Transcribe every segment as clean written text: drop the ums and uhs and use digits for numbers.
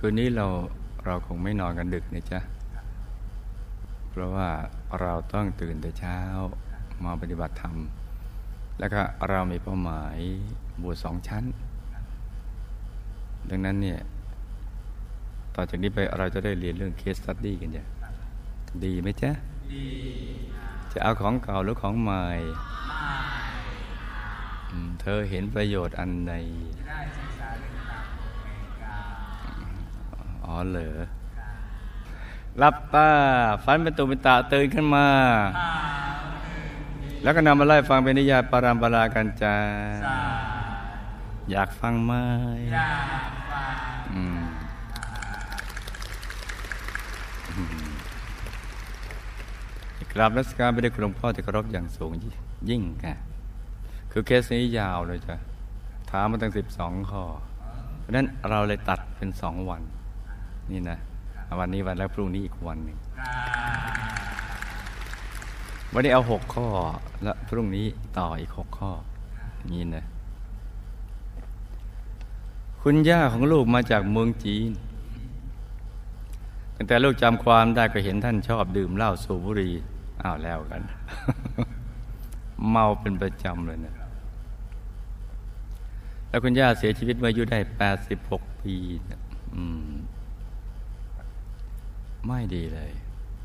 คืนนี้เราคงไม่นอนกันดึกนะจ๊ะเพราะว่าเราต้องตื่นแต่เช้ามาปฏิบัติธรรมแล้วก็เรามีเป้าหมายบวช2 ชั้นดังนั้นเนี่ยต่อจากนี้ไปเราจะได้เรียนเรื่อง case study กันจ้ะดีไหมจ๊ะดีจะเอาของเก่าหรือของใหม่เธอเห็นประโยชน์อันใดอ๋อเหรอหลับตาฝันเป็นตุเป็นตะตื่นขึ้นมาแล้วก็นำมาไล่ฟังเป็นนิยายปรามปรากันจ้าอยากฟังไหมอยากฟังกราบนมัสการพระเดชคุณหลวงพ่อที่เคารพอย่างสูงยิ่งค่ะคือเคสนี้ยาวเลยจ้ะถามมาตั้ง12 ข้อเพราะนั้นเราเลยตัดเป็น2 วันนี่นะวันนี้วันแล้วพรุ่งนี้อีกวันหนึ่งวันนี้เอา6 ข้อแล้วพรุ่งนี้ต่ออีก6 ข้อนี่นะคุณย่าของลูกมาจากเมืองจีนตั้งแต่ลูกจำความได้ก็เห็นท่านชอบดื่มเหล้าสูบบุหรี่อ้าวแล้วกัน เมาเป็นประจำเลยนะแล้วคุณย่าเสียชีวิตเมื่ออายุได้86 ปีไม่ดีเลย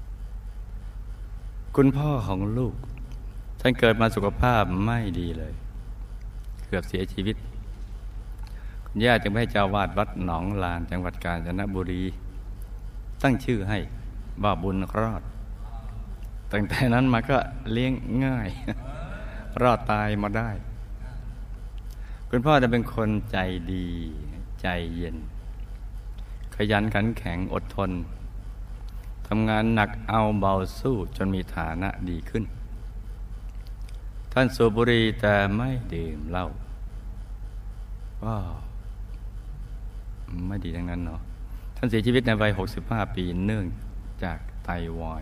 คุณพ่อของลูกท่านเกิดมาสุขภาพไม่ดีเลยเกือบเสียชีวิตคุณย่าจึงให้เจ้าวาดวัดหนองลานจังหวัดกาญจนบุรีตั้งชื่อให้ว่าบุญรอดตั้งแต่นั้นมาก็เลี้ยงง่าย รอดตายมาได้คุณพ่อจะเป็นคนใจดีใจเย็นขยันขันแข็งอดทนทำงานหนักเอาเบาสู้จนมีฐานะดีขึ้นท่านสูบบุหรี่แต่ไม่ดื่มเหล้าก็ไม่ดีทั้งนั้นเนาะท่านเสียชีวิตในวัย65 ปีเนื่องจากไตวาย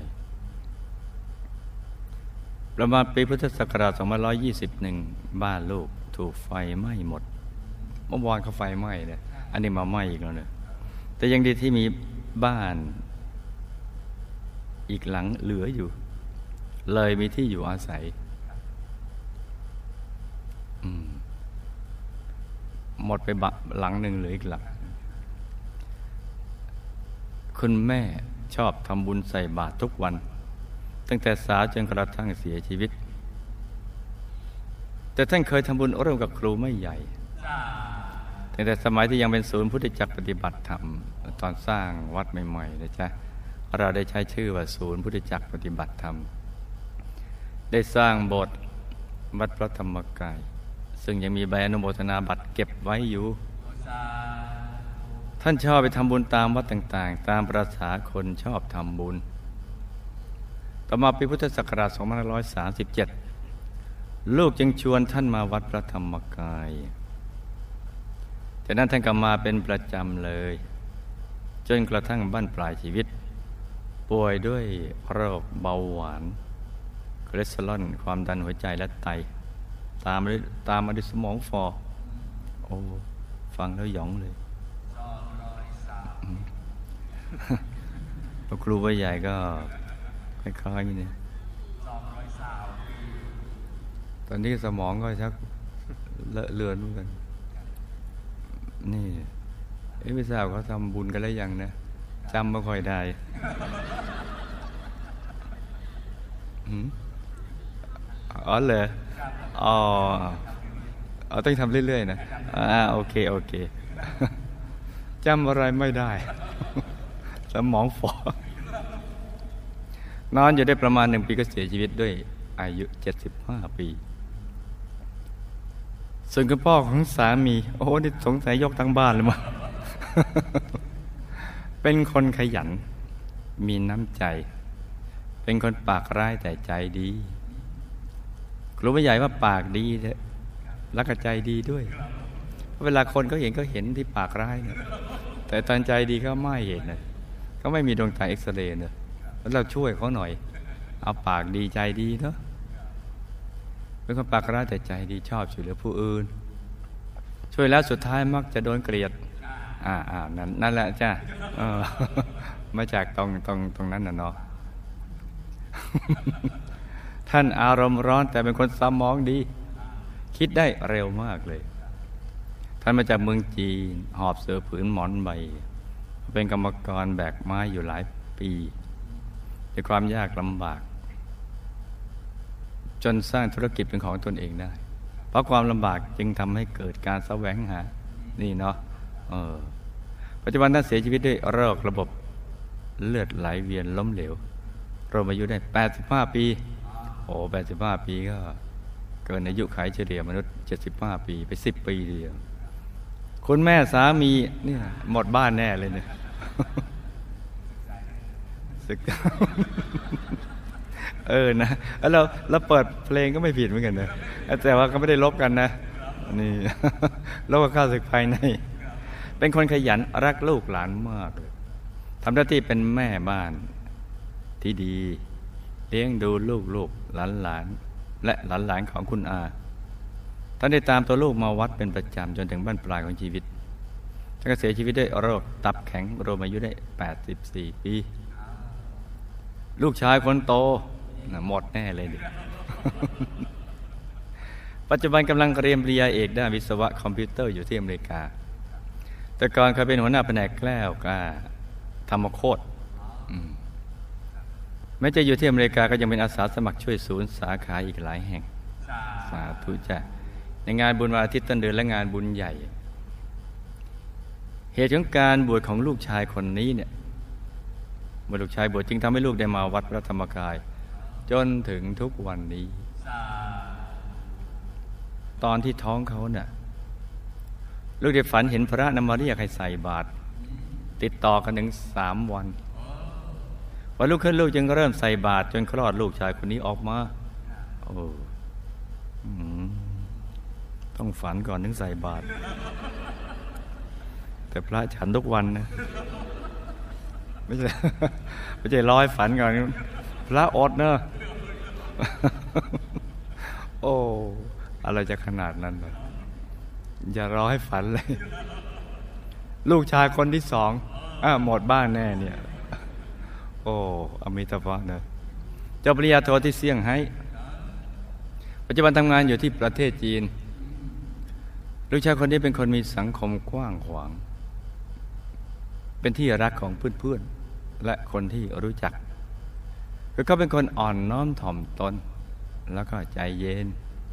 ประมาณปีพุทธศักราช2521บ้านลูกถูกไฟไหม้หมดเมื่อวานเขาไฟไหม้เนี่ยอันนี้มาไหม้อีกแล้วเนี่ยแต่ยังดีที่มีบ้านอีกหลังเหลืออยู่เลยมีที่อยู่อาศัยหมดไปหลังหนึ่งเหลืออีกหลังคุณแม่ชอบทำบุญใส่บาตรทุกวันตั้งแต่สาวจนกระทั่งเสียชีวิตแต่ท่านเคยทำบุญร่วมกับครูไม่ใหญ่ตั้งแต่สมัยที่ยังเป็นศูนย์พุทธจักรปฏิบัติธรรมตอนสร้างวัดใหม่ๆนะจ๊ะเราได้ใช้ชื่อว่าศูนย์พุทธจักรปฏิบัติธรรมได้สร้างโบสถ์วัดพระธรรมกายซึ่งยังมีใบอนุโมทนาบัตรเก็บไว้อยู่ท่านชอบไปทำบุญตามวัดต่างๆตามประสาคนชอบทำบุญต่อมาปีพุทธศักราช2537ลูกจึงชวนท่านมาวัดพระธรรมกายจากนั้นท่านก็มาเป็นประจำเลยจนกระทั่งบั้นปลายชีวิตป่วยด้วยโรคเบาหวานคอเลสเตอรอลความดันหัวใจและไตตามมาด้วยสมองฝ่อโอ้ฟังแล้วหยองเลยครูใบใหญ่ก็คล้ายๆนี่ตอนนี้สมองก็ชักเลอะเลือนเหมือนกันนี่ไม่ทราบเขาทำบุญกันแล้วยังนะจำไม่ค่อยได้อ๋อเหรออ๋อต้องทำเรื่อยๆนะโอเคจำอะไรไม่ได้สมองฝ่อนอนอยู่ได้ประมาณ1 ปีก็เสียชีวิตด้วยอายุ75 ปีส่วนคุณพ่อของสามีโอ้นี่สงสัยยกทั้งบ้านเลยมั้ง เป็นคนขยันมีน้ำใจเป็นคนปากร้ายแต่ใจดีครูไม่ใหญ่ว่าปากดีแล้วก็ใจดีด้วยเวลาคนเขาเห็นที่ปากร้ายเนี่ยแต่ตอนใจดีก็ไม่เห็นนะก็ไม่มีดวงตาเอ็กซเรย์เนี่ยแล้วเราช่วยเขาหน่อยเอาปากดีใจดีเนาะเป็นคนปากร้ายแต่ใจดีชอบช่วยเหลือผู้อื่นช่วยแล้วสุดท้ายมักจะโดนเกลียดนั่นแหละจ้ะมาจากตรงนั้นน่ะเนาะ ท่านอารมณ์ร้อนแต่เป็นคนสมองดีคิดได้เร็วมากเลยท่านมาจากเมืองจีนหอบเสือผืนหมอนใบเป็นกรรมกรแบกไม้อยู่หลายปีด้วยความยากลำบากจนสร้างธุรกิจเป็นของตนเองได้เพราะความลำบากจึงทำให้เกิดการแสวงหานี่เนาะปัจจุบันท่านเสียชีวิตด้วยโรคระบบเลือดไหลเวียนล้มเหลวรวมอายุได้85 ปีโอ้85 ปีก็เกินอายุขัยเฉลี่ยมนุษย์75 ปีไป10 ปีเดียวคุณแม่สามีเนี่ยหมดบ้านแน่เลยเนี่ยสึกนะแล้วเราเปิดเพลงก็ไม่ผิดเหมือนกันนะแต่ว่าก็ไม่ได้ลบกันนะนี่ลบกับข้าศึกภายในเป็นคนขยันรักลูกหลานมากเลยทำหน้าที่เป็นแม่บ้านที่ดีเลี้ยงดูลูกหลานและหลานของคุณอาท่านได้ตามตัวลูกมาวัดเป็นประจำจนถึงบั้นปลายของชีวิตท่านก็เสียชีวิตด้วยโรคตับแข็งรวมอายุได้84 ปีลูกชายคนโตหมดแน่เลยดิ ปัจจุบันกำลังเรียนปริญญาเอกด้านวิศวะคอมพิวเตอร์อยู่ที่อเมริกาแต่ก่อนเคยเป็นหัวหน้าแผนกแกล้วกล้าธรรมโคตรแม้จะอยู่ที่อเมริกาก็ยังเป็นอาสาสมัครช่วยศูนย์สาขาอีกหลายแห่งสาธุจ้ะในงานบุญวันอาทิตย์ต้นเดือนและงานบุญใหญ่เหตุของการบวชของลูกชายคนนี้เนี่ยเมื่อลูกชายบวชจึงทำให้ลูกได้มาวัดพระธรรมกายจนถึงทุกวันนี้ตอนที่ท้องเขาเนี่ยลูกได้ฝันเห็นพระนำมาเรียกให้ใส่บาตรติดต่อกันถึง3 วันวันลูกขึ้นลูกจึงเริ่มใส่บาตรจนคลอดลูกชายคนนี้ออกมาต้องฝันก่อนถึงใส่บาตรแต่พระฉันทุกวันนะไม่ใช่ร้อยฝันก่อนพระอดเนอะอะไรจะขนาดนั้นเลยอย่ารอให้ฝันเลยลูกชายคนที่2หมดบ้านแน่เนี่ยอมิตาภะเนอะเจ้าปริญญาโทที่เซี่ยงไฮ้ปัจจุบันทำงานอยู่ที่ประเทศจีนลูกชายคนนี้เป็นคนมีสังคมกว้างขวางเป็นที่รักของเพื่อนๆและคนที่รู้จักคือเขาเป็นคนอ่อนน้อมถ่อมตนแล้วก็ใจเย็น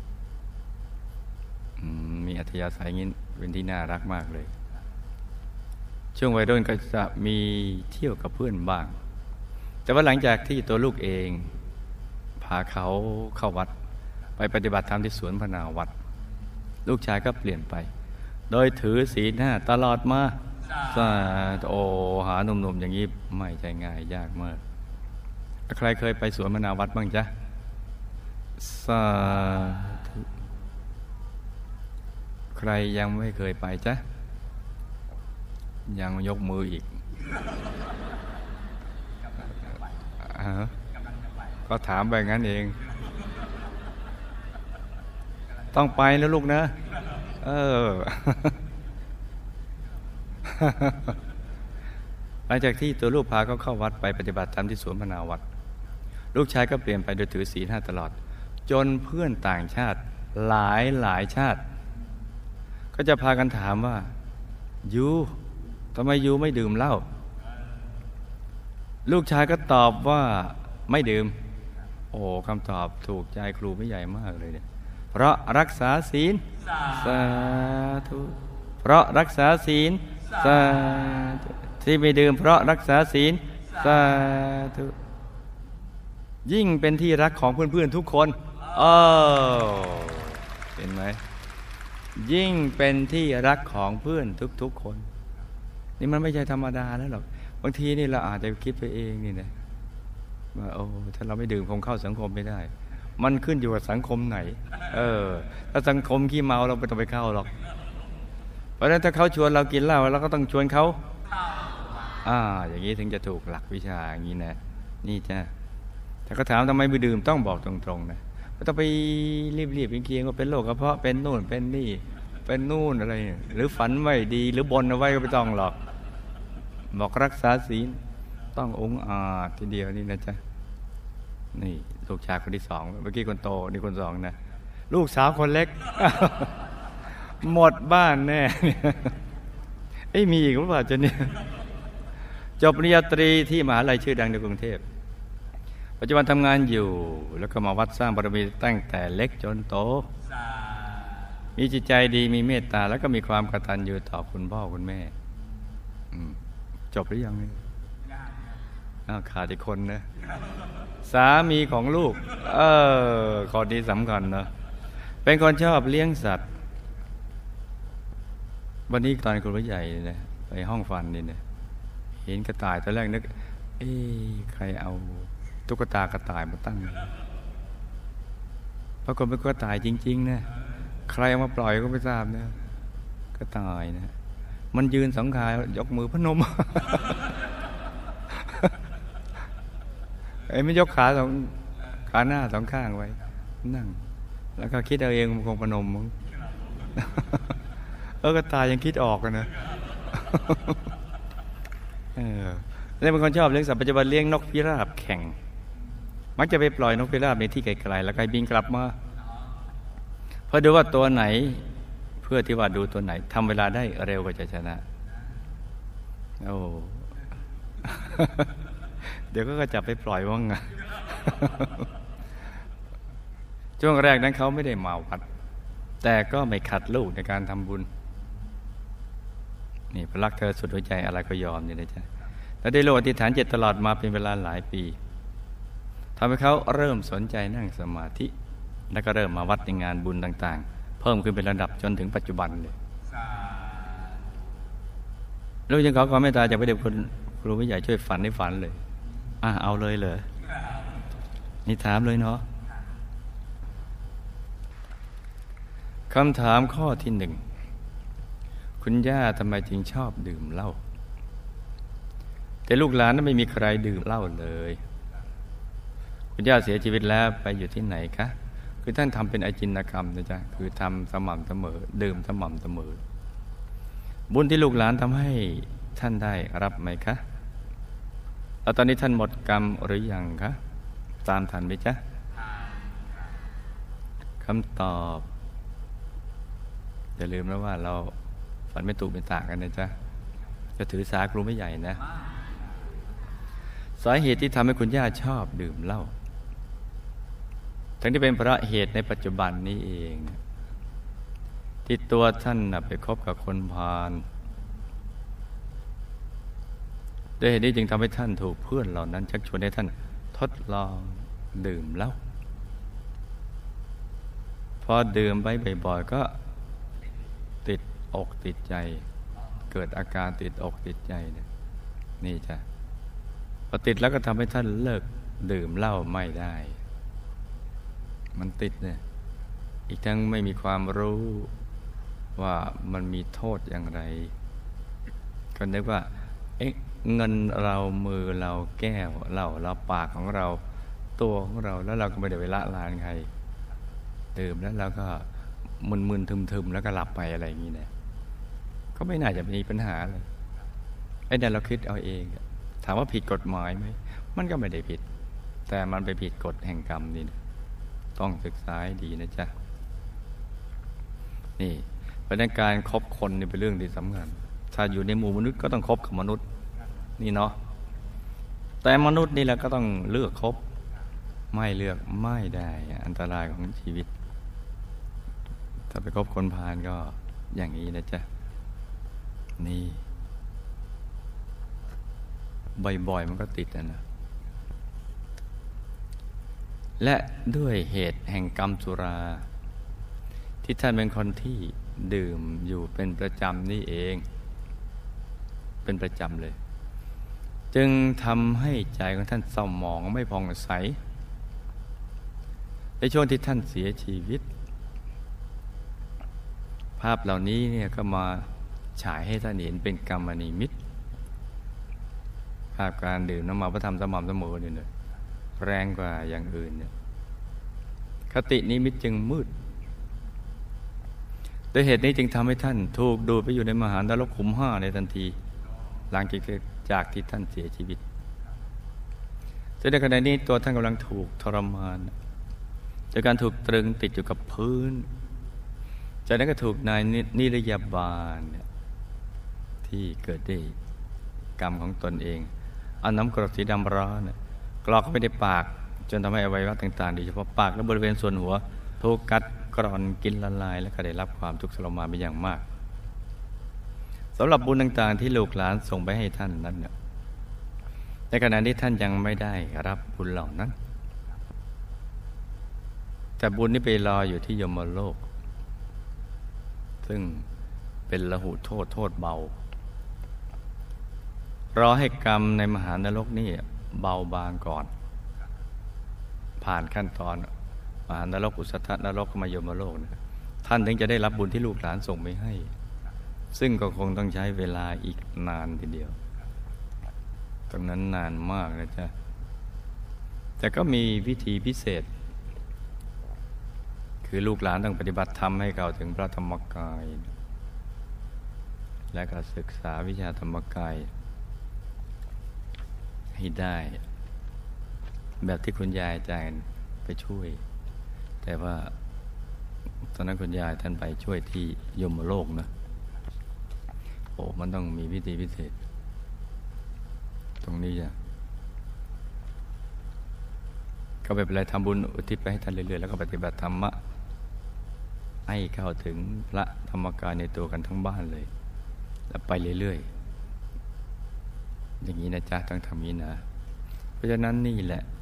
มีอัธยาศัยงี้เป็นที่น่ารักมากเลยช่วงวัยรุ่นก็จะมีเที่ยวกับเพื่อนบ้างแต่ว่าหลังจากที่ตัวลูกเองพาเขาเข้าวัดไปปฏิบัติธรรมที่สวนพนาวัดลูกชายก็เปลี่ยนไปโดยถือศีล5ตลอดมาหาหนุ่มๆอย่างนี้ไม่ใช่ง่ายยากมากใครเคยไปสวนพนาวัดบ้างจ๊ะสาธุใครยังไม่เคยไปจ๊ะยังยกมืออีกก็ถามไปงั้นเองต้องไปนะลูกนะหลังจากที่ตัวลูกพาเขาเข้าวัดไปปฏิบัติธรรมที่สวนพนาวัดลูกชายก็เปลี่ยนไปโดยถือศีล5ตลอดจนเพื่อนต่างชาติหลายชาติก็จะพากันถามว่ายูทำไมยูไม่ดื่มเหล้าลูกชายก็ตอบว่าไม่ดื่มคำตอบถูกใจครูไม่ใหญ่มากเลยเนี่ยเพราะรักษาศีลสาธุเพราะรักษาศีลสาธุที่ไม่ดื่มเพราะรักษาศีลสาธุยิ่งเป็นที่รักของเพื่อนๆทุกคนเห็นไหมยิ่งเป็นที่รักของเพื่อนทุกๆคนนี่มันไม่ใช่ธรรมดาแล้วหรอกบางทีนี่เราอาจจะคิดไปเองนี่นะว่าถ้าเราไม่ดื่มคงเข้าสังคมไม่ได้มันขึ้นอยู่กับสังคมไหนถ้าสังคมขี้เมาเราไม่ต้องไปเข้าหรอกเพราะฉะนั้นถ้าเขาชวนเรากินเหล้าเราก็ต้องชวนเขาอย่างนี้ถึงจะถูกหลักวิชาอย่างนี้นะนี่จ้ะถ้าเขาถามทำไมไม่ดื่มต้องบอกตรงๆนะไม่ต้องไปรีบๆเคียงว่าเป็นโรคกระเพาะเป็นโน่นเป็นนี่เป็นนู่นอะไรหรือฝันไม่ดีหรือบนเอาไว้ก็ไม่ต้องหรอกบอกรักษาศีลต้ององอาจทีเดียวนี่นะจ๊ะนี่ลูกชายคนที่สองเมื่อกี้คนโตนี่คนสองนะลูกสาวคนเล็ก หมดบ้านแน่มีอีกหรือเปล่าจ๊ะเนี่ยจบปริญญาตรีที่มหาลัยชื่อดังในกรุงเทพปัจจุบันทำงานอยู่แล้วก็มาวัดสร้างบารมีตั้งแต่เล็กจนโตมีจิตใจดีมีเมตตาแล้วก็มีความกตัญญูต่อคุณพ่อคุณแม่จบหรือยังเนี่ยขาดอีกคนนะสามีของลูกข้อนี้สำคัญนะเป็นคนชอบเลี้ยงสัตว์วันนี้ตอนคุณผู้ใหญ่เนี่ยไปห้องฟันนี่เนี่ยเห็นกระต่ายตอนแรกนึกใครเอาตุ๊กตากระต่ายมาตั้งปรากฏเป็นกระต่ายจริงๆนะใครเอามาปล่อยก็ไม่ทราบนะกระต่ายนะมันยืนสองขายกมือพนม ไม่ยกขาสองขาหน้าสองข้างไว้นั่งแล้วก็คิดเอาเองมันคงพนมมั้ง ก็ตายยังคิดออกกันนะ แล้วเป็นคนชอบเลี้ยงสัตว์ปัจจุบันเลี้ยงนกพิราบแข่งมักจะไปปล่อยนกพิราบในที่ไกลๆแล้วก็บินกลับมาเพื่อดูว่าตัวไหนเพื่อที่ว่าดูตัวไหนทำเวลาได้เร็วกว่าจะชนะโอ้ เดี๋ยวก็จับไปปล่อยว่างช่วงแรกนั้นเขาไม่ได้มาวัดแต่ก็ไม่ขัดลูกในการทำบุญนี่พระรักเธอสุดหัวใจอะไรก็ยอมนี่นะจ๊ะแล้วได้โลอธิษฐานจิตตลอดมาเป็นเวลาหลายปีทำให้เขาเริ่มสนใจนั่งสมาธิแล้วก็เริ่มมาวัดในงานบุญต่างๆเพิ่มขึ้นเป็นระดับจนถึงปัจจุบันเลยลูกยังขอความเมตตาจากพระเดชคุณครูผู้ใหญ่ช่วยฝันให้ฝันเลยเอาเลยเหรอนี่ถามเลยเนาะคำถามข้อที่หนึ่งคุณย่าทำไมจึงชอบดื่มเหล้าแต่ลูกหลานนั้นไม่มีใครดื่มเหล้าเลยคุณย่าเสียชีวิตแล้วไปอยู่ที่ไหนคะคือท่านทำเป็นอาจินกรรมนะจ๊ะคือทำสม่ำเสมอดื่มสม่ำเสมอบุญที่ลูกหลานทำให้ท่านได้รับไหมคะแล้วตอนนี้ท่านหมดกรรมหรือยังคะตามทันไหมจ๊ะคำตอบอย่าลืมนะว่าเราฝันไม่ถูกเป็นตากันนะจ๊ะจะถือสาครูไม่ใหญ่นะสาเหตุที่ทำให้คุณย่าชอบดื่มเหล้าทั้งที่เป็นเพราะเหตุในปัจจุบันนี้เองที่ตัวท่านไปคบกับคนพาลด้วยเหตุนี้จึงทำให้ท่านถูกเพื่อนเหล่านั้นชักชวนให้ท่านทดลองดื่มเหล้าพอดื่มไปบ่อยๆก็ติดอกติดใจเกิดอาการติดอกติดใจนี่จ้ะพอติดแล้วก็ทำให้ท่านเลิกดื่มเหล้าไม่ได้มันติดเนี่ยอีกทั้งไม่มีความรู้ว่ามันมีโทษอย่างไรก็นึกว่าเงินเรามือเราแก้วเราปากของเราตัวของเราแล้วเราก็ไม่ได้ไปละลานใครดื่มแล้วเราก็มึนๆทึมๆแล้วก็หลับไปอะไรอย่างนี้เนี่ยก็ไม่น่าจะมีปัญหาเลยนั่นเราคิดเอาเองถามว่าผิดกฎหมายไหมมันก็ไม่ได้ผิดแต่มันไปผิดกฎแห่งกรรมนี่ต้องศึกษาให้ดีนะจ๊ะนี่เพราะนั้นการคบคนนี่เป็นเรื่องที่สำคัญถ้าอยู่ในหมู่มนุษย์ก็ต้องคบกับมนุษย์นี่เนาะแต่มนุษย์นี่แหละก็ต้องเลือกคบไม่เลือกไม่ได้อันตรายของชีวิตถ้าไปคบคนพาลก็อย่างนี้นะจ๊ะนี่บ่อยๆมันก็ติดนะและด้วยเหตุแห่งกรรมสุราที่ท่านเป็นคนที่ดื่มอยู่เป็นประจำนี่เองเป็นประจำเลยจึงทำให้ใจของท่านเศร้าหมองไม่ผ่องใสในช่วงที่ท่านเสียชีวิตภาพเหล่านี้เนี่ยก็มาฉายให้ท่านเห็นเป็นกรรมนิมิตภาพการดื่มน้ำมันพระธรรมสม่ำเสมอเนี่ยแรงกว่าอย่างอื่นเนี่ยคตินิมิตจึงมืดโดยเหตุนี้จึงทำให้ท่านถูกดูดไปอยู่ในมหานรกขุมห้าในทันทีหลังจากที่ท่านเสียชีวิตซึ่งในขณะนี้ตัวท่านกำลังถูกทรมานจากการถูกตรึงติดอยู่กับพื้นจากนั้นก็ถูกนายนิรยาบาลที่เกิดด้วยกรรมของตนเองเอาน้ำกรดสีดำร้อนกรอกเข้าไปในปากจนทำให้อวัยวะต่างๆโดยเฉพาะปากและบริเวณส่วนหัวถูกกัดกร่อนกินละลายและก็ได้รับความทุกข์ทรมานเป็นอย่างมากสำหรับบุญต่างๆที่ลูกหลานส่งไปให้ท่านนั้นในขณะที่ท่านยังไม่ได้รับบุญเหล่านั้นแต่บุญนี้ไปรออยู่ที่ยมโลกซึ่งเป็นละหุโทษเบารอให้กรรมในมหานรกนี่เบาบางก่อนผ่านขั้นตอนมหานรกอุสธนรกมายมโลกท่านถึงจะได้รับบุญที่ลูกหลานส่งไปให้ซึ่งก็คงต้องใช้เวลาอีกนานทีเดียวตรงนั้นนานมากนะจ๊ะแต่ก็มีวิธีพิเศษคือลูกหลานต้องปฏิบัติธรรมให้เข้าถึงพระธรรมกายและก็ศึกษาวิชาธรรมกายให้ได้แบบที่คุณยายอาจารย์ไปช่วยแต่ว่าตอนนั้นคุณยายท่านไปช่วยที่ยมโลกนะโอ้มันต้องมีวิธีพิเศษตรงนี้จ้ะก็ไม่เป็นไรทำบุญอุทิศไปให้ท่านเรื่อยๆแล้วก็ปฏิบัติธรรมะให้เข้าถึงพระธรรมกายในตัวกันทั้งบ้านเลยแล้วไปเรื่อยๆอย่างนี้นะจ๊ะต้องทำนี้นะเพราะฉะนั้นนี่แหละ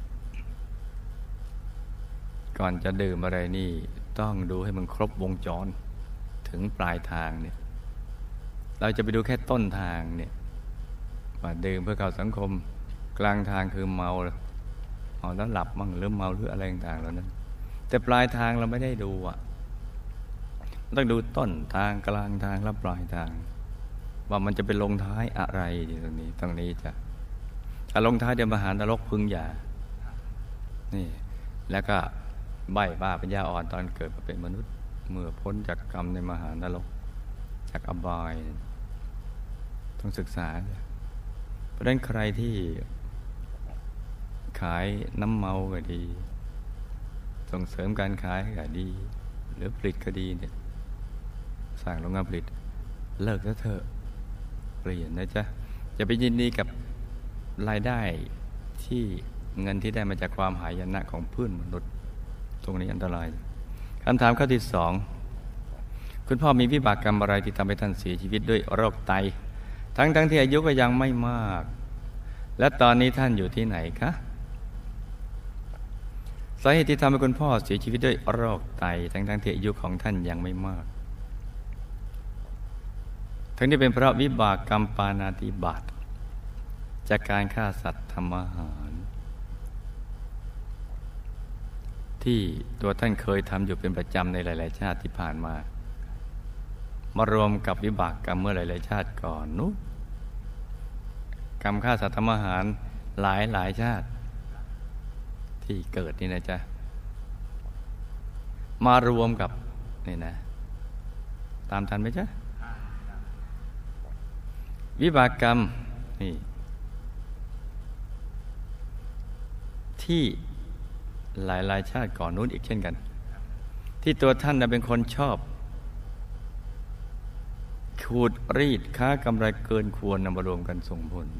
ก่อนจะดื่มอะไรนี่ต้องดูให้มันครบวงจรถึงปลายทางเนี่ยเราจะไปดูแค่ต้นทางเนี่ยว่าดื่มเพื่อเข้าสังคมกลางทางคือเมาแล้วหลับมั่งหรือเมาหรืออะไรต่างๆเหล่านั้นแต่ปลายทางเราไม่ได้ดูต้องดูต้นทางกลางทางและปลายทางว่ามันจะไปลงท้ายอะไรตรงนี้จะถ้าลงท้ายเดี๋ยวมหานรกพึงอย่านี่แล้วก็ใบ้บ้าปัญญาอ่อนตอนเกิดมาเป็นมนุษย์เมื่อพ้นจากกรรมในมหานรกจากอบายต้องศึกษาเพราะฉะนั้นใครที่ขายน้ำเมาก็ดีส่งเสริมการขายก็ดีหรือผลิตก็ดีเนี่ยสร้างโรงงานผลิตเลิกแล้วเถอะเปลี่ยนนะจ๊ะอย่าไปยินดีกับรายได้ที่เงินที่ได้มาจากความหายนะของเพื่อนมนุษย์ตรงนี้อันตรายคำถามข้อที่ 2คุณพ่อมีวิบากกรรมอะไรที่ทำให้ท่านเสียชีวิตด้วยโรคไตทั้งที่อายุก็ยังไม่มากและตอนนี้ท่านอยู่ที่ไหนคะสาเหตุที่ทำให้คุณพ่อเสียชีวิตด้วยโรคไตทั้งที่อายุของท่านยังไม่มากทั้งนี้เป็นเพราะวิบากกรรมปาณาติบาตจากการฆ่าสัตว์ทำอาหารที่ตัวท่านเคยทำอยู่เป็นประจำในหลายๆชาติที่ผ่านมามารวมกับวิบากกรรมเมื่อหลายๆชาติก่อนนู้นกรรมฆ่าสัตว์ทำอาหารหลายชาติที่เกิดนี่นะจ๊ะมารวมกับนี่นะตามทันไหมจ๊ะวิบากกรรมนี่ที่หลายชาติก่อนนู้นอีกเช่นกันที่ตัวท่านเป็นคนชอบขูดรีดค้ากำไรเกินควรนำมารวมกันส่งผล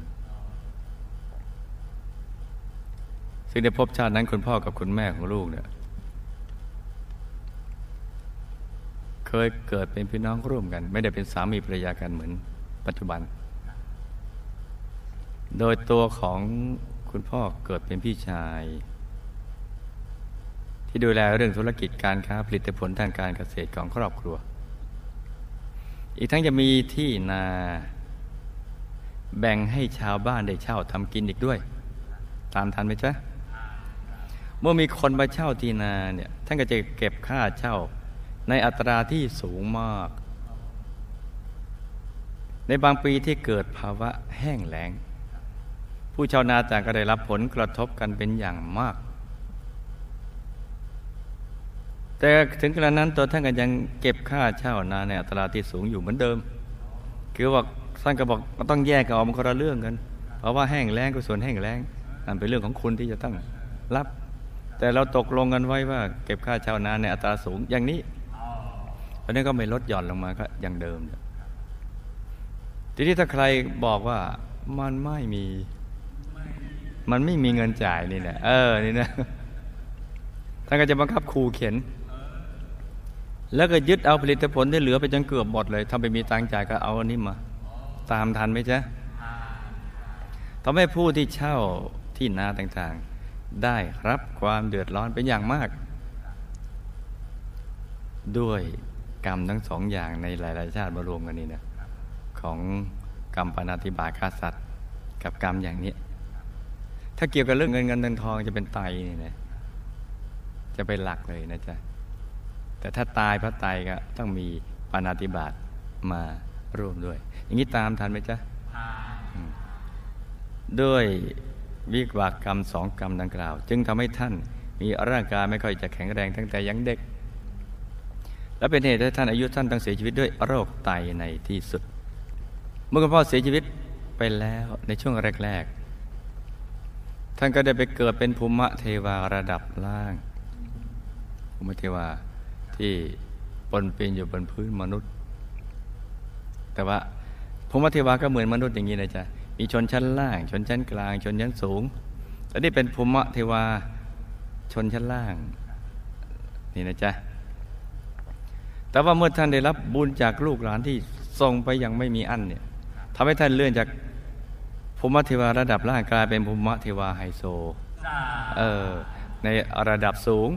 ซึ่งในภพชาตินั้นคุณพ่อกับคุณแม่ของลูกเนี่ยเคยเกิดเป็นพี่น้องร่วมกันไม่ได้เป็นสามีภรรยากันเหมือนปัจจุบันโดยตัวของคุณพ่อเกิดเป็นพี่ชายที่ดูแลเรื่องธุรกิจการค้าผลิตผลทางการเกษตรของครอบครัวอีกทั้งจะมีที่นาแบ่งให้ชาวบ้านได้เช่าทำกินอีกด้วยตามทันไหมจ๊ะเมื่อมีคนมาเช่าที่นาเนี่ยท่านก็จะเก็บค่าเช่าในอัตราที่สูงมากในบางปีที่เกิดภาวะแห้งแล้งผู้ชาวนาต่างก็ได้รับผลกระทบกันเป็นอย่างมากแต่ถึงกระนั้นตัวท่านก็ยังเก็บค่าเช่านาในอัตราที่สูงอยู่เหมือนเดิมคือว่าท่านก็บอกว่าต้องแยกกันออกมันคนละเรื่องกันเพราะว่าแห้งแล้งก็ส่วนแห้งแล้งนั่นเป็นเรื่องของคุณที่จะต้องรับแต่เราตกลงกันไว้ว่าเก็บค่าเช่านาในอัตราสูงอย่างนี้เพราะนั้นก็ไม่ลดหย่อนลงมาก็อย่างเดิมทีนี้ถ้าใครบอกว่ามันไม่มีเงินจ่ายนี่แหละนี่นะท่านก็จะบังคับขู่เข็นแล้วก็ยึดเอาผลิตผลที่เหลือไปจนเกือบหมดเลยถ้าไม่มีตังค์จ่ายก็เอาอันนี้มาตามทันไหมจ๊ะทำให้ผู้ที่เช่าที่นาต่างๆได้รับความเดือดร้อนเป็นอย่างมากด้วยกรรมทั้งสองอย่างในหลายๆชาติมารวมกันนี่นะของกรรมปาณาติบาตฆ่าสัตว์กับกรรมอย่างนี้ถ้าเกี่ยวกับเรื่องเงินทองจะเป็นไตนี่นะจะเป็นหลักเลยนะจ๊ะแต่ถ้าตายเพราะไตก็ต้องมีปาณาติบาตมาร่วมด้วยอย่างนี้ตามทันไหมจ๊ะด้วยวิบากกรรมสองกรรมดังกล่าวจึงทำให้ท่านมีร่างกายไม่ค่อยจะแข็งแรงตั้งแต่ยังเด็กและเป็นเหตุให้ท่านอายุท่านต้องเสียชีวิตด้วยโรคไตในที่สุดเมื่อคุณพ่อเสียชีวิตไปแล้วในช่วงแรกๆท่านก็ได้ไปเกิดเป็นภูมิเทวาระดับล่างภูมิเทวาที่ปนเปื้อนอยู่บนพื้นมนุษย์แต่ว่าภูมิเทวาก็เหมือนมนุษย์อย่างนี้นะจ๊ะมีชนชั้นล่างชนชั้นกลางชนชั้นสูงแต่นี่เป็นภูมิเทวาชนชั้นล่างนี่นะจ๊ะแต่ว่าเมื่อท่านได้รับบุญจากลูกหลานที่ส่งไปยังไม่มีอั้นเนี่ยทำให้ท่านเลื่อนจากภูมิเทวาระดับล่างกลายเป็นภูมิเทวาไฮโซในระดับสูง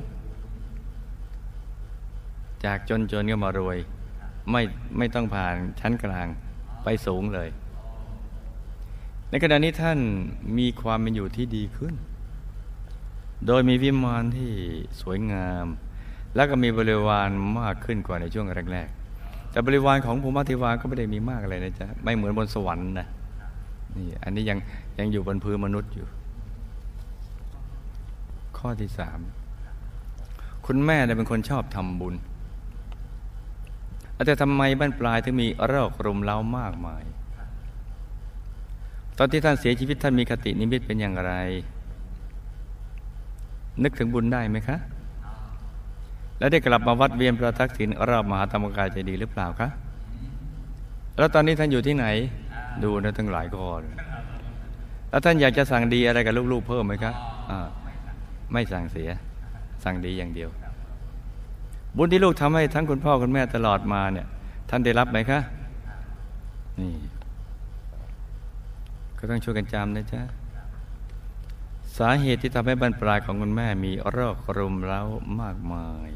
จากจนก็มารวยไม่ต้องผ่านชั้นกลางไปสูงเลยในขณะนี้ท่านมีความเป็นอยู่ที่ดีขึ้นโดยมีวิมานที่สวยงามแล้วก็มีบริวารมากขึ้นกว่าในช่วงแรกๆแต่บริวารของภูมิเทวาก็ไม่ได้มีมากอะไรนะจ๊ะไม่เหมือนบนสวรรค์นะนี่อันนี้ยังอยู่บนพื้นมนุษย์อยู่ข้อที่ 3คุณแม่เป็นคนชอบทำบุญแต่ทำไมบั้นปลายถึงมีโรครุมเร้ามากมายตอนที่ท่านเสียชีวิตท่านมีคตินิมิตเป็นอย่างไรนึกถึงบุญได้ไหมคะแล้วได้กลับมาวัดเวียนประทักษิณรอบมหาธรรมกายเจดีย์หรือเปล่าคะแล้วตอนนี้ท่านอยู่ที่ไหนดูนะทั้งหลายคนแล้วท่านอยากจะสั่งดีอะไรกับลูกๆเพิ่มไหมคะไม่สั่งเสียสั่งดีอย่างเดียวบุญที่ลูกทำให้ทั้งคุณพ่อคุณแม่ตลอดมาเนี่ยท่านได้รับไหมคะนี่ก็ต้องช่วยกันจำนะจ๊ะสาเหตุที่ทำให้บั้นปลายของคุณแม่มีโรครุมเร้ามากมาย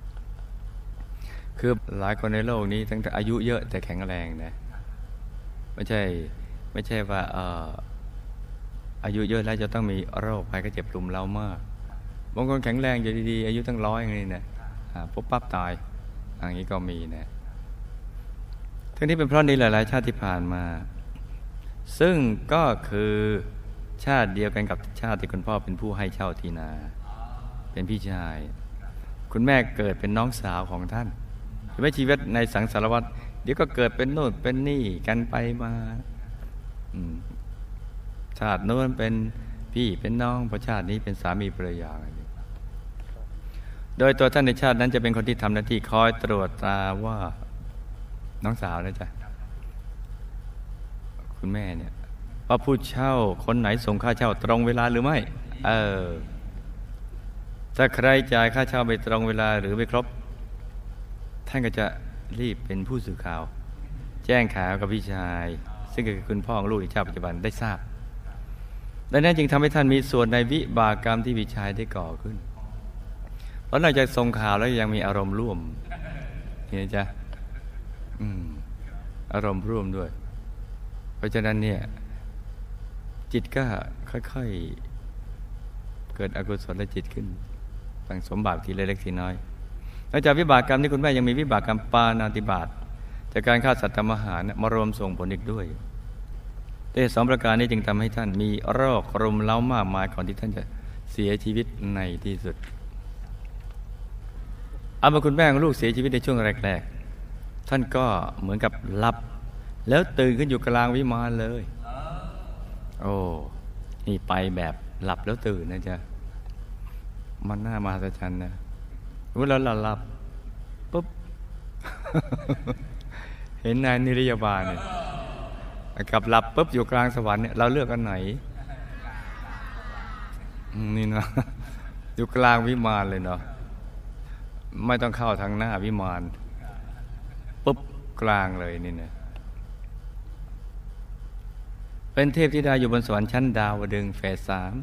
คือหลายคนในโลกนี้ตั้งแต่อายุเยอะแต่แข็งแรงนะไม่ใช่ว่าอายุเยอะแล้วจะต้องมีโรคภัยไข้เจ็บรุมเร้ามากบางคนแข็งแรงอยู่ดีๆอายุตั้ง100อย่างนี้นะปุ๊บปั๊บตายอย่างนี้ก็มีนะทั้งนี้เป็นเพราะในหลายๆชาติที่ผ่านมาซึ่งก็คือชาติเดียวกันกับชาติที่คุณพ่อเป็นผู้ให้เช่าที่นาเป็นพี่ชายคุณแม่เกิดเป็นน้องสาวของท่านชีวิตในสังสารวัฏเดี๋ยวก็เกิดเป็นโน่นเป็นนี่กันไปมาชาติโน้นเป็นพี่เป็นน้องพอชาตินี้เป็นสามีภรรยาโดยตัวท่านในชาตินั้นจะเป็นคนที่ทำหน้าที่คอยตรวจตราว่าน้องสาวนะจ๊ะคุณแม่เนี่ยว่าผู้เช่าคนไหนส่งค่าเช่าตรงเวลาหรือไม่ถ้าใครจ่ายค่าเช่าไม่ตรงเวลาหรือไม่ครบท่านก็จะรีบเป็นผู้สื่อข่าวแจ้งข่าวกับพี่ชายซึ่งคือคุณพ่อของลูกในชาติปัจจุบันได้ทราบดังนั้นจึงทำให้ท่านมีส่วนในวิบากกรรมที่พี่ชายได้ก่อขึ้นเพราะนอกจากส่งข่าวแล้วยังมีอารมณ์ร่วมเห็นไหมจ๊ะอารมณ์ร่วมด้วยเพราะฉะนั้นเนี่ยจิตก็ค่อยๆเกิดอกุศลจิตขึ้นสั่งสมบาปทีเล็กทีน้อยนอกจากวิบากกรรมที่คุณแม่ยังมีวิบากกรรมปาณาติบาตจากการฆ่าสัตว์ทำอาหารมารวมส่งผลอีกด้วยแต่สองประการนี้จึงทำให้ท่านมีโรครุมเร้ามากมายก่อนที่ท่านจะเสียชีวิตในที่สุดเอามาคุณแม่ของลูกเสียชีวิตในช่วงแรกๆท่านก็เหมือนกับหลับแล้วตื่นขึ้นอยู่กลางวิมานเลยโอ้นี่ไปแบบหลับแล้วตื่นนะจ๊ะมันน่ามหัศจรรย์นะเวลาเราหลับปุ๊บ เห็นนายนิรยาบาลเนี่ยกับหลับปุ๊บอยู่กลางสวรรค์เนี่ยเราเลือกอันไหนนี่นะ อยู่กลางวิมานเลยเนาะไม่ต้องเข้าทางหน้าวิมานปุ๊บกลางเลยนี่นะเป็นเทพธิดาอยู่บนสวรรค์ชั้นดาวดึงส์เฟส 3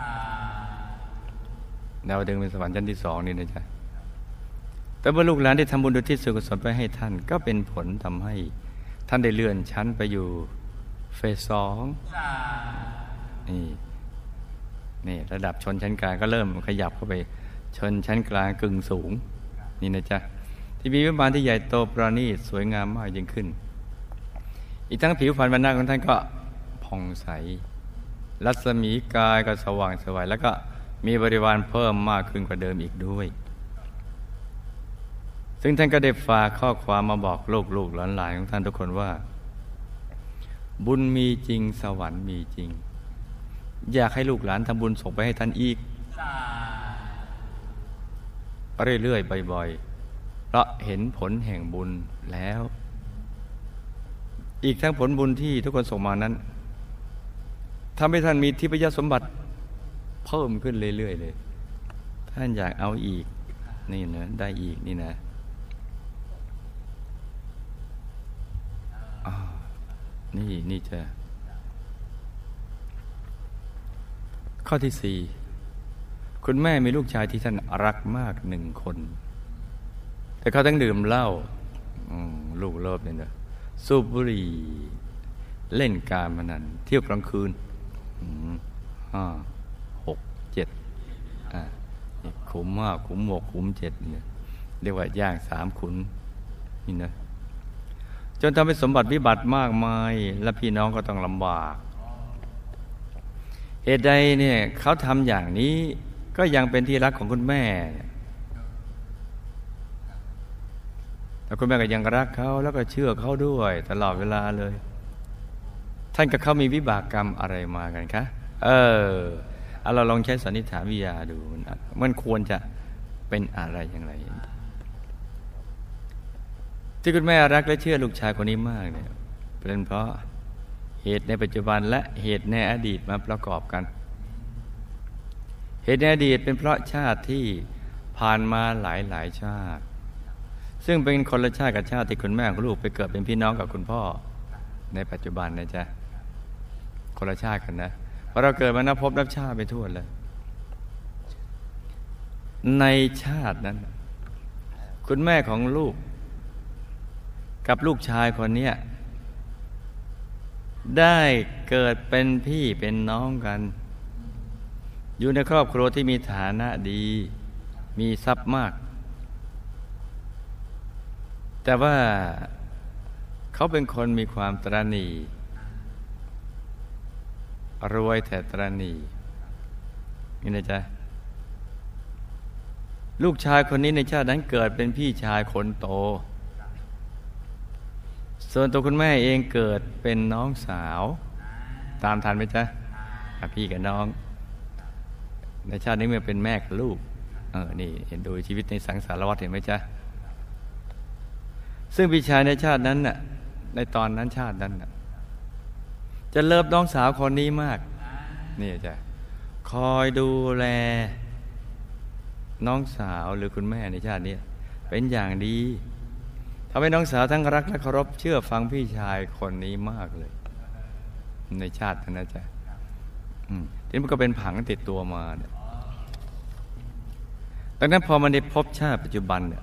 ดาวดึงส์เป็นสวรรค์ชั้นที่ 2นี่นะจ๊ะแต่เมื่อลูกหลานได้ทำบุญอุทิศส่วนกุศลไปให้ท่านก็เป็นผลทำให้ท่านได้เลื่อนชั้นไปอยู่เฟส 2นี่ระดับชนชั้นกลางก็เริ่มขยับเข้าไปชนชั้นกลางกึ่งสูงนี่นะจ๊ะที่มีวิมานที่ใหญ่โตประณีตสวยงามมากยิ่งขึ้นอีกทั้งผิวพรรณบรรณาของท่านก็ผ่องใสรัศมีกายก็สว่างไสวแล้วก็มีบริวารเพิ่มมากขึ้นกว่าเดิมอีกด้วยซึ่งท่านก็ได้ฝากข้อความมาบอกลูกๆหลานๆของท่านทุกคนว่าบุญมีจริงสวรรค์มีจริงอยากให้ลูกหลานทำบุญส่งไปให้ท่านอีกเรื่อยๆบ่อยๆเพราะเห็นผลแห่งบุญแล้วอีกทั้งผลบุญที่ทุกคนส่งมานั้นทำให้ท่านมีทิพยสมบัติเพิ่มขึ้นเรื่อยๆเลยท่านอยากเอาอีกนี่นะได้อีกนี่นะนี่จะข้อที่ 4คุณแม่มีลูกชายที่ท่านรักมาก1 คนแต่เขาทั้งดื่มเหล้าลูกเลิฟเนี่ยนะสูบบุหรี่เล่นการพนันเที่ยวกลางคืน5 6 7ขุม5ขุม6ขุม7เนี่ยเรียกว่าย่าง3 ขุนนี่นะจนทำให้สมบัติวิบัติมากมายและพี่น้องก็ต้องลำบากเหตุใดเนี่ยเขาทำอย่างนี้ก็ยังเป็นที่รักของคุณแม่แต่คุณแม่ก็ยังรักเขาแล้วก็เชื่อเขาด้วยตลอดเวลาเลยท่านกับเขามีวิบากกรรมอะไรมากันคะเราลองใช้สันนิษฐานวิทยาดูมันควรจะเป็นอะไรอย่างไรที่คุณแม่รักและเชื่อลูกชายคนนี้มากเนี่ยเป็นเพราะเหตุในปัจจุบันและเหตุในอดีตมาประกอบกันเหตุในอดีตเป็นเพราะชาติที่ผ่านมาหลายชาติซึ่งเป็นคนละชาติกับชาติที่คุณแม่ของลูกไปเกิดเป็นพี่น้องกับคุณพ่อในปัจจุบันนะจ๊ะคนละชาติกันนะเพราะเราเกิดมานับพบนับชาติไปทั่วเลยในชาตินั้นคุณแม่ของลูกกับลูกชายคนนี้ได้เกิดเป็นพี่เป็นน้องกันอยู่ในครอบครัวที่มีฐานะดีมีทรัพย์มากแต่ว่าเขาเป็นคนมีความตระหนี่รวยแต่ตระหนี่นี่นะจ๊ะลูกชายคนนี้ในชาตินั้นเกิดเป็นพี่ชายคนโตส่วนตัวคุณแม่เองเกิดเป็นน้องสาวตามทันไหมจ๊ะพี่กับน้องในชาตินี้มันเป็นแม่กับลูกนี่เห็นดูชีวิตในสังสารวัฏเห็นไหมจ๊ะซึ่งพี่ชายในชาตินั้นน่ะในตอนนั้นชาตินั้นน่ะจะเลิฟน้องสาวคนนี้มากนี่จ้ะคอยดูแลน้องสาวหรือคุณแม่ในชาตินี้เป็นอย่างดีทำให้น้องสาวทั้งรักและเคารพเชื่อฟังพี่ชายคนนี้มากเลยในชาตินั้นนะจ๊ะทีนี้มันก็เป็นผังติดตัวมาเนี่ยดังนั้นพอมันได้พบชาติปัจจุบันเนี่ย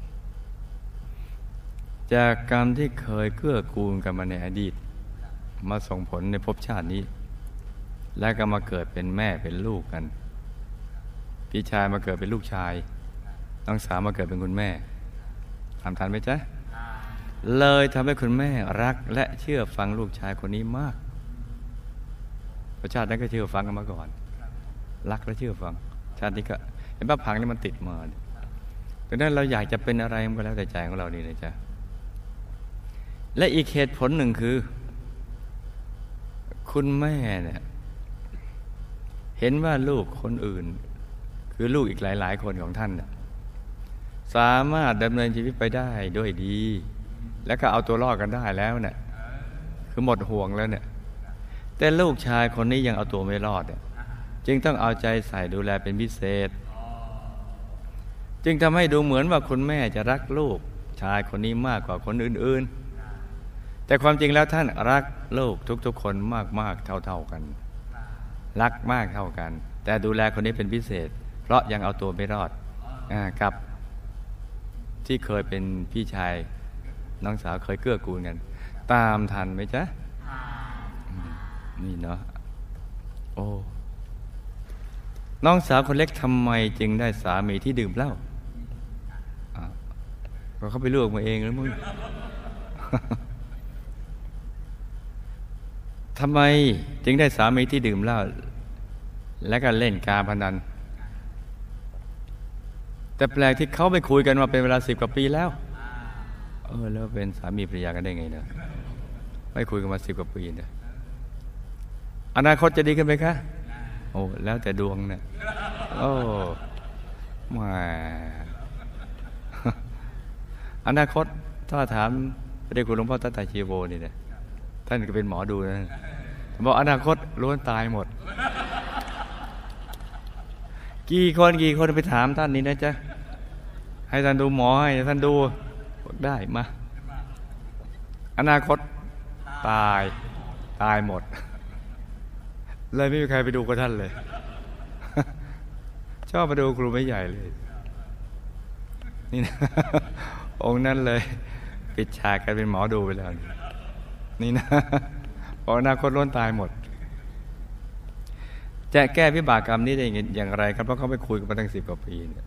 จากกรรมที่เคยเกื้อกูลกันมาในอดีตมาส่งผลในภพชาตินี้และก็มาเกิดเป็นแม่เป็นลูกกันพี่ชายมาเกิดเป็นลูกชายน้องสาวมาเกิดเป็นคุณแม่ทำทันไหมจ๊ะเลยทำให้คุณแม่รักและเชื่อฟังลูกชายคนนี้มากชาตินั้นก็เชื่อฟังกันมาก่อนรักและเชื่อฟังชาตินี้ก็เห็นป่ะผังนี่มันติดมาดังนั้นเราอยากจะเป็นอะไรมันก็แล้วแต่ใจของเรานี่นะจ๊ะและอีกเหตุผลหนึ่งคือคุณแม่เนี่ยเห็นว่าลูกคนอื่นคือลูกอีกหลายๆคนของท่านเนี่ยสามารถดำเนินชีวิตไปได้ด้วยดีแล้วก็เอาตัวรอดกันได้แล้วเนี่ยคือหมดห่วงแล้วเนี่ยแต่ลูกชายคนนี้ยังเอาตัวไม่รอดเนี่ยจึงต้องเอาใจใส่ดูแลเป็นพิเศษจึงทำให้ดูเหมือนว่าคุณแม่จะรักลูกชายคนนี้มากกว่าคนอื่นๆแต่ความจริงแล้วท่านรักลูกทุกๆคนมากๆเท่าๆกันรักมากเท่ากันแต่ดูแลคนนี้เป็นพิเศษเพราะยังเอาตัวไม่รอดกับที่เคยเป็นพี่ชายน้องสาวเคยเกื้อกูลกันตามทันไหมจ๊ะนี่เนาะโอ้น้องสาวคนเล็กทำไมจึงได้สามีที่ดื่มเหล้าก็เขาไปเลือกมาเองแล้วมึง ทำไมจึงได้สามีที่ดื่มเหล้าและก็เล่นการพนันแต่แปลกที่เขาไปคุยกันมาเป็นเวลา10 กว่าปีแล้วแล้วเป็นสามีภรรยากันได้ไงเนี่ยไม่คุยกันมา10 กว่าปีเนี่ยอนาคตจะดีขึ้นไหมคะโอ้แล้วแต่ดวงเนี่ยโอ้มาอนาคตถ้าถามพระเดชคุณหลวงพ่อทัตตาชีโวนี่เนี่ยท่านก็เป็นหมอดูนะบอกอนาคตล้วนตายหมดกี่คนไปถามท่านนี้นะจ๊ะให้ท่านดูหมอให้ท่านดูได้มาอนาคตตายหมดเลยไม่มีใครไปดูกับท่านเลยชอบไปดูครูไม่ใหญ่เลยนี่นะองค์นั้นเลยปิดฉากกันเป็นหมอดูไปแล้วนี่นะเพราะอนาคตล้วนตายหมดจะแก้วิบากกรรมนี้ได้อย่างไรครับเพราะเขาไปคุยกันมาตั้ง10 กว่าปีเนี่ย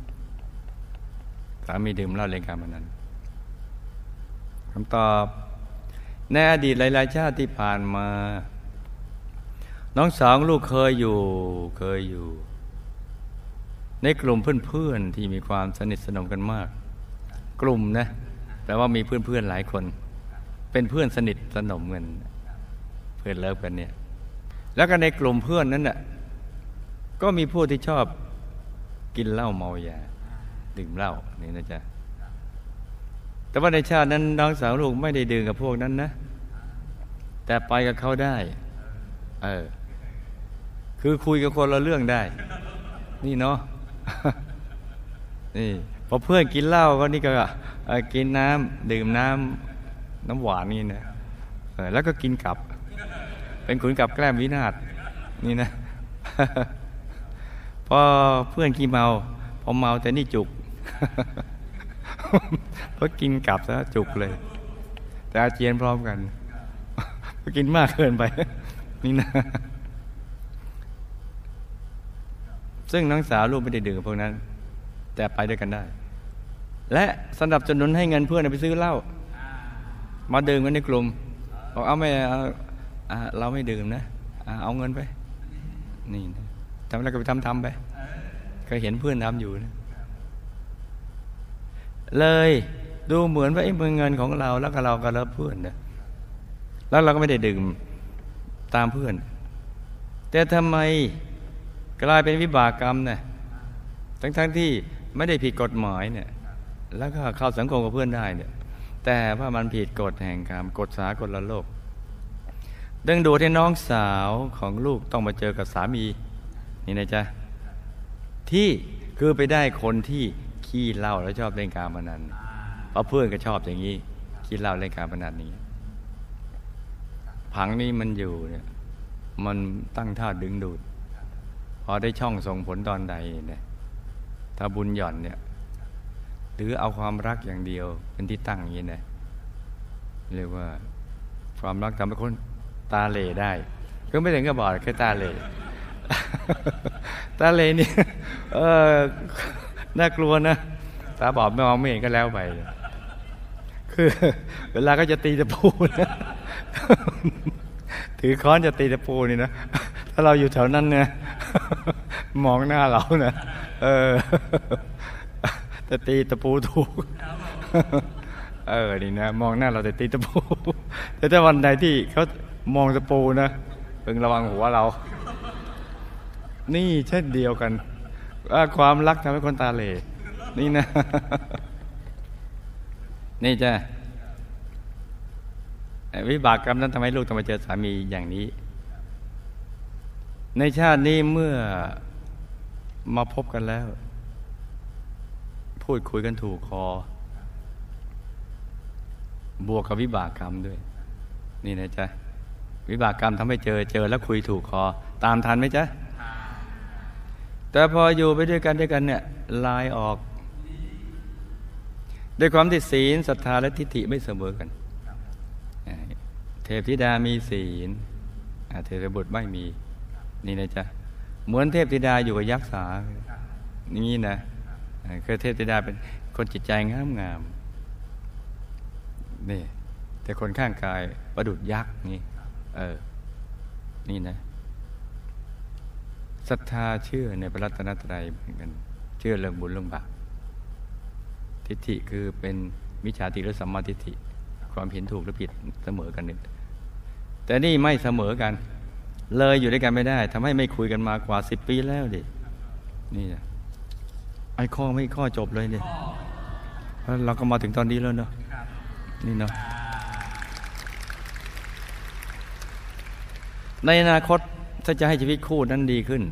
สามีดื่มเหล้าเล่นการพนันคำตอบในอดีตหลายๆชาติที่ผ่านมาน้องสาวลูกเคยอยู่ในกลุ่มเพื่อนๆที่มีความสนิทสนมกันมากกลุ่มนะแปลว่ามีเพื่อนๆหลายคนเป็นเพื่อนสนิทสนมกันเพื่อนเลิฟกันเนี่ยแล้วก็ในกลุ่มเพื่อนนั้นน่ะก็มีผู้ที่ชอบกินเหล้าเมายาดื่มเหล้านี่นะจ๊ะแต่ว่าในชาตินั้นน้องสาวลูกไม่ได้ดื่มกับพวกนั้นนะแต่ไปกับเขาได้คือคุยกับคนละเรื่องได้นี่เนาะ นี่พอเพื่อนกินเหล้าก็นี่ก็กินน้ำดื่มน้ำหวานนี่นะแล้วก็กินกลับเป็นขุนกลับแกล้มวินาศนี่นะ พอเพื่อนขี้เมาพอเมาแต่นี่จุก เพราะกินกลับซะจุกเลยแต่อาเจียนพร้อมกันเพราะกินมากเกินไป นี่นะซึ่งน้องสาวลูกไม่ได้ดื่มพวกนั้นแต่ไปด้วยกันได้และสนับสนุนให้เงินเพื่อนไปซื้อเหล้ามาดื่มกันในกลุ่มบอกเอาไม่เราไม่ดื่มนะเอาเงินไปนี่นะทำแล้วก็ไปทำไปเคยเห็นเพื่อนทำอยู่นะเลยดูเหมือนว่าเงินของเราแล้วก็เราก็เลิกเพื่อนนะแล้วเราก็ไม่ได้ดื่มตามเพื่อนแต่ทำไมกลายเป็นวิบากกรรมเนี่ยทั้งที่ไม่ได้ผิดกฎหมายเนี่ยแล้วก็เข้าสังคมกับเพื่อนได้เนี่ยแต่ว่ามันผิดกฎแห่งกรรมกฎสากลโลกดึงดูดให้น้องสาวของลูกต้องมาเจอกับสามีนี่นะจ๊ะที่คือไปได้คนที่ขี้เหล้าแล้วชอบเล่นการพนันเพราะเพื่อนก็ชอบอย่างนี้ขี้เหล้าเล่นการพนันนี้ผังนี้มันอยู่เนี่ยมันตั้งท่าดึงดูดพอได้ช่องส่งผลตอนใดเนี่ยถ้าบุญหย่อนเนี่ยหรือเอาความรักอย่างเดียวเป็นที่ตั้งอย่างนี้นะเรียกว่าความรักทำให้คนตาเหล่ได้ก็ไม่ถึงกับบอกแค่ตาเหล่ ตาเหล่นี่ น่ากลัวนะตาบอดไม่มองไม่เห็นก็แล้วไปคือเวลาก็จะตีตะปูนะ ถือค้อนจะตีตะปูนี่นะถ้าเราอยู่แถวนั้นเนี่ย มองหน้าเรานะแต่ตีตะปูถูกนี่นะมองหน้าเราแต่ตีตะปูแต่ถ้าวันใดที่เขามองตะปูนะพึงระวังหัวเรานี่เช่นเดียวกันความรักทำให้คนตาเหล่นี่นะนี่จ้ะวิบากกรรมนั้นทำให้ลูกต้องมาเจอสามีอย่างนี้ในชาตินี้เมื่อมาพบกันแล้วพูดคุยกันถูกคอบวกกับวิบากกรรมด้วยนี่นะจ๊ะวิบากกรรมทำให้เจอแล้วคุยถูกคอตามทันไหมจ๊ะแต่พออยู่ไปด้วยกันเนี่ยลายออกด้วยความที่ศีลศรัทธาและทิฏฐิไม่เสมอกันเทพธิดามีศีลเทพบุตรไม่มีนี่นะจ๊ะเหมือนเทพธิดาอยู่กับยักษ์สานี่นะคือเทพธิดาเป็นคนจิตใจงามนี่แต่คนข้างกายประดุจยักษ์นี่นี่นะศรัทธาเชื่อในพระรัตนตรัยเหมือนกันเชื่อเรื่องบุญเรื่องบาปทิฏฐิคือเป็นมิจฉาทิฏฐิหรือสัมมาทิฏฐิความเห็นถูกหรือผิดเสมอกันนี่แต่นี่ไม่เสมอกันเลยอยู่ด้วยกันไม่ได้ทำให้ไม่คุยกันมากว่า10 ปีแล้วดินี่นะไอ้ข้อไม่ข้อจบเลยเนี่ยแล้วเราก็มาถึงตอนนี้แล้วเนาะนี่เนาะในอนาคตถ้าจะให้ชีวิตคู่นั้นดีขึ้น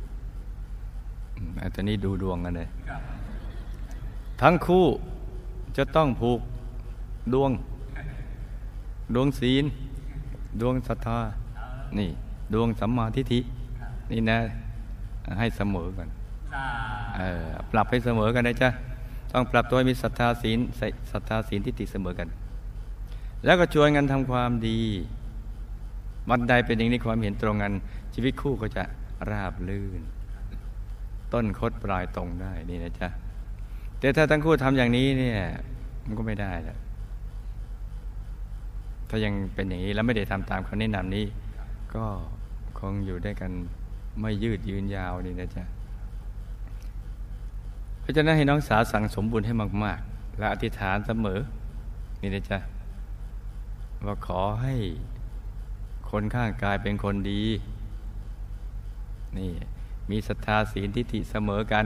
ตอนนี้ดูดวงกันเลยทั้งคู่จะต้องผูกดวงศีลดวงศรัทธานี่ดวงสัมมาทิฏฐินี่นะให้เสมอกันปรับให้เสมอกันนะจ๊ะต้องปรับตัวให้มีศรัทธาศีลทิฏฐิเสมอกันแล้วก็ชวนกันทำความดีวันใดเป็นอย่างนี้ความเห็นตรงกันชีวิตคู่ก็จะราบรื่นต้นคดปลายตรงได้นี่นะจ๊ะแต่ถ้าทั้งคู่ทำอย่างนี้เนี่ยมันก็ไม่ได้แล้วถ้ายังเป็นอย่างนี้แล้วไม่ได้ทำตามคำแนะนำนี้ก็คงอยู่ด้วยกันไม่ยืดยืนยาวนี่นะจ๊ะเพราะฉะนั้นให้น้องสาวสั่งสมบุญให้มากๆและอธิษฐานเสมอนี่นะจ๊ะว่าขอให้คนข้างกายเป็นคนดีนี่มีศรัทธาศีลทิฏฐิเสมอกัน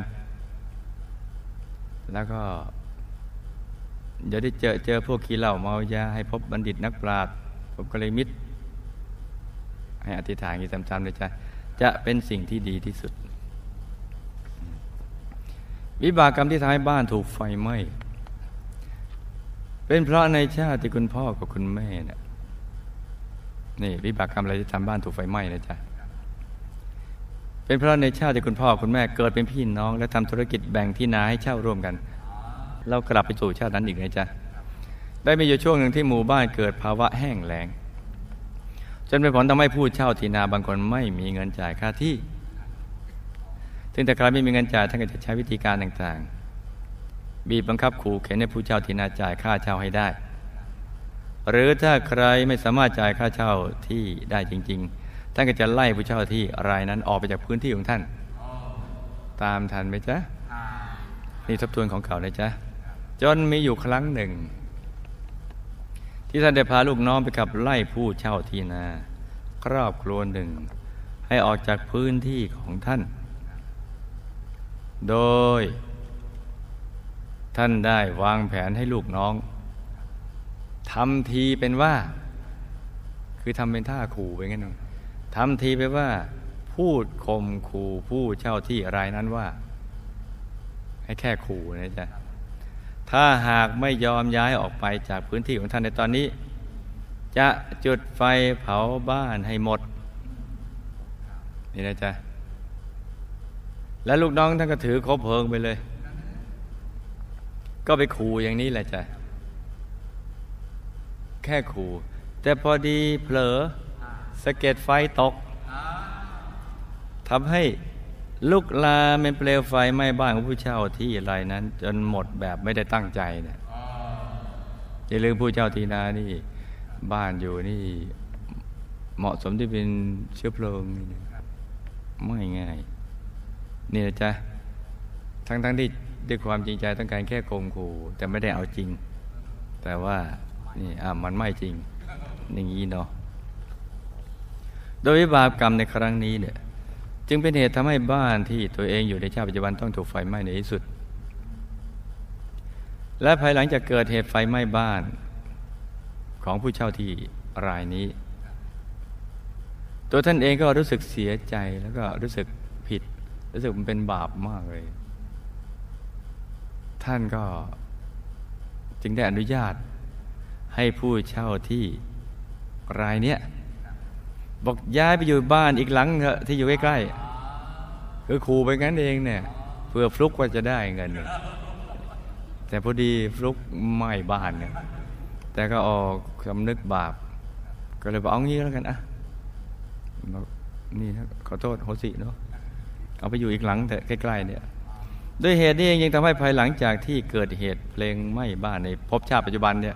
แล้วก็อย่าได้เจอพวกขี้เหล้าเมายาให้พบบัณฑิตนักปราชญ์พบกัลยาณมิตรให้อธิษฐานอย่างซ้ำๆเลยจ้ะจะเป็นสิ่งที่ดีที่สุดวิบากกรรมที่ทำให้บ้านถูกไฟไหม้เป็นเพราะในชาติที่คุณพ่อกับคุณแม่เนี่ยนี่วิบากกรรมอะไรที่ทำบ้านถูกไฟไหม้นะจ๊ะเป็นเพราะในชาติที่คุณพ่อคุณแม่เกิดเป็นพี่น้องและทำธุรกิจแบ่งที่นาให้เช่าร่วมกันเรากลับไปสู่ชาตินั้นอีกนะจ๊ะได้มีอยู่ช่วงหนึ่งที่หมู่บ้านเกิดภาวะแห้งแล้งจนเป็นผลทำให้ผู้เช่าที่นาบางคนไม่มีเงินจ่ายค่าที่ซึ่งแต่ใครไม่มีเงินจ่ายท่านก็จะใช้วิธีการต่างๆบีบบังคับขู่เข็นให้ผู้เช่าที่นาจ่ายค่าเช่าให้ได้หรือถ้าใครไม่สามารถจ่ายค่าเช่าที่ได้จริงๆท่านก็จะไล่ผู้เช่าที่รายนั้นออกไปจากพื้นที่ของท่านตามทันไหมจ๊ะนี่ทบทวนของเก่านะจ๊ะจนมีอยู่ครั้งหนึ่งที่ท่านได้พาลูกน้องไปขับไล่ผู้เช่าที่นาครอบครัวหนึ่งให้ออกจากพื้นที่ของท่านโดยท่านได้วางแผนให้ลูกน้องทำทีเป็นว่าคือทำเป็นท่าขู่ไปงั้นทำทีไปว่าพูดข่มขู่ผู้เช่าที่รายนั้นว่าให้แค่ขู่นะจ๊ะถ้าหากไม่ยอมย้ายออกไปจากพื้นที่ของท่านในตอนนี้จะจุดไฟเผาบ้านให้หมดนี่นะจ๊ะและลูกน้องท่านก็ถือคบเพลิงไปเลยก็ไปขู่อย่างนี้แหละจ๊ะแค่ขู่แต่พอดีเผลอสะเก็ดไฟตกทำให้ลุกลามเป็นเปลวไฟไหม้บ้านของผู้เช่าที่รายนั้นจนหมดแบบไม่ได้ตั้งใจเนี่ยอย่าลืมผู้เช่าที่นานี่บ้านอยู่นี่เหมาะสมที่เป็นเชื้อเพลิงไม่ง่ายนี่นะจ๊ะทั้งที่ด้วยความจริงใจต้องการแค่ข่มขู่แต่ไม่ได้เอาจริงแต่ว่านี่มันไม่จริงอย่างนี้เนาะโดยวิบากกรรมในครั้งนี้เนี่ยจึงเป็นเหตุทำให้บ้านที่ตัวเองอยู่ในชาติปัจจุบันต้องถูกไฟไหม้ในที่สุดและภายหลังจากเกิดเหตุไฟไหม้บ้านของผู้เช่าที่รายนี้ตัวท่านเองก็รู้สึกเสียใจแล้วก็รู้สึกผิดรู้สึกมันเป็นบาปมากเลยท่านก็จึงได้อนุญาตให้ผู้เช่าที่รายเนี้ยบอกย้ายไปอยู่บ้านอีกหลังเถอะที่อยู่ใกล้ๆคือขู่ไปงั้นเองเนี่ยเพื่อฟลุกว่าจะได้เงินแต่พอดีฟลุกไหม้บ้านเนี่ยแต่ก็ออกสำนึกบาปก็เลยบอกเอางี้แล้วกันนี่นะขอโทษโหสิเนาะเอาไปอยู่อีกหลังแต่ใกล้ๆเนี่ยด้วยเหตุนี้เองยังทำให้ภายหลังจากที่เกิดเหตุเพลิงไหม้บ้านในภพชาติปัจจุบันเนี่ย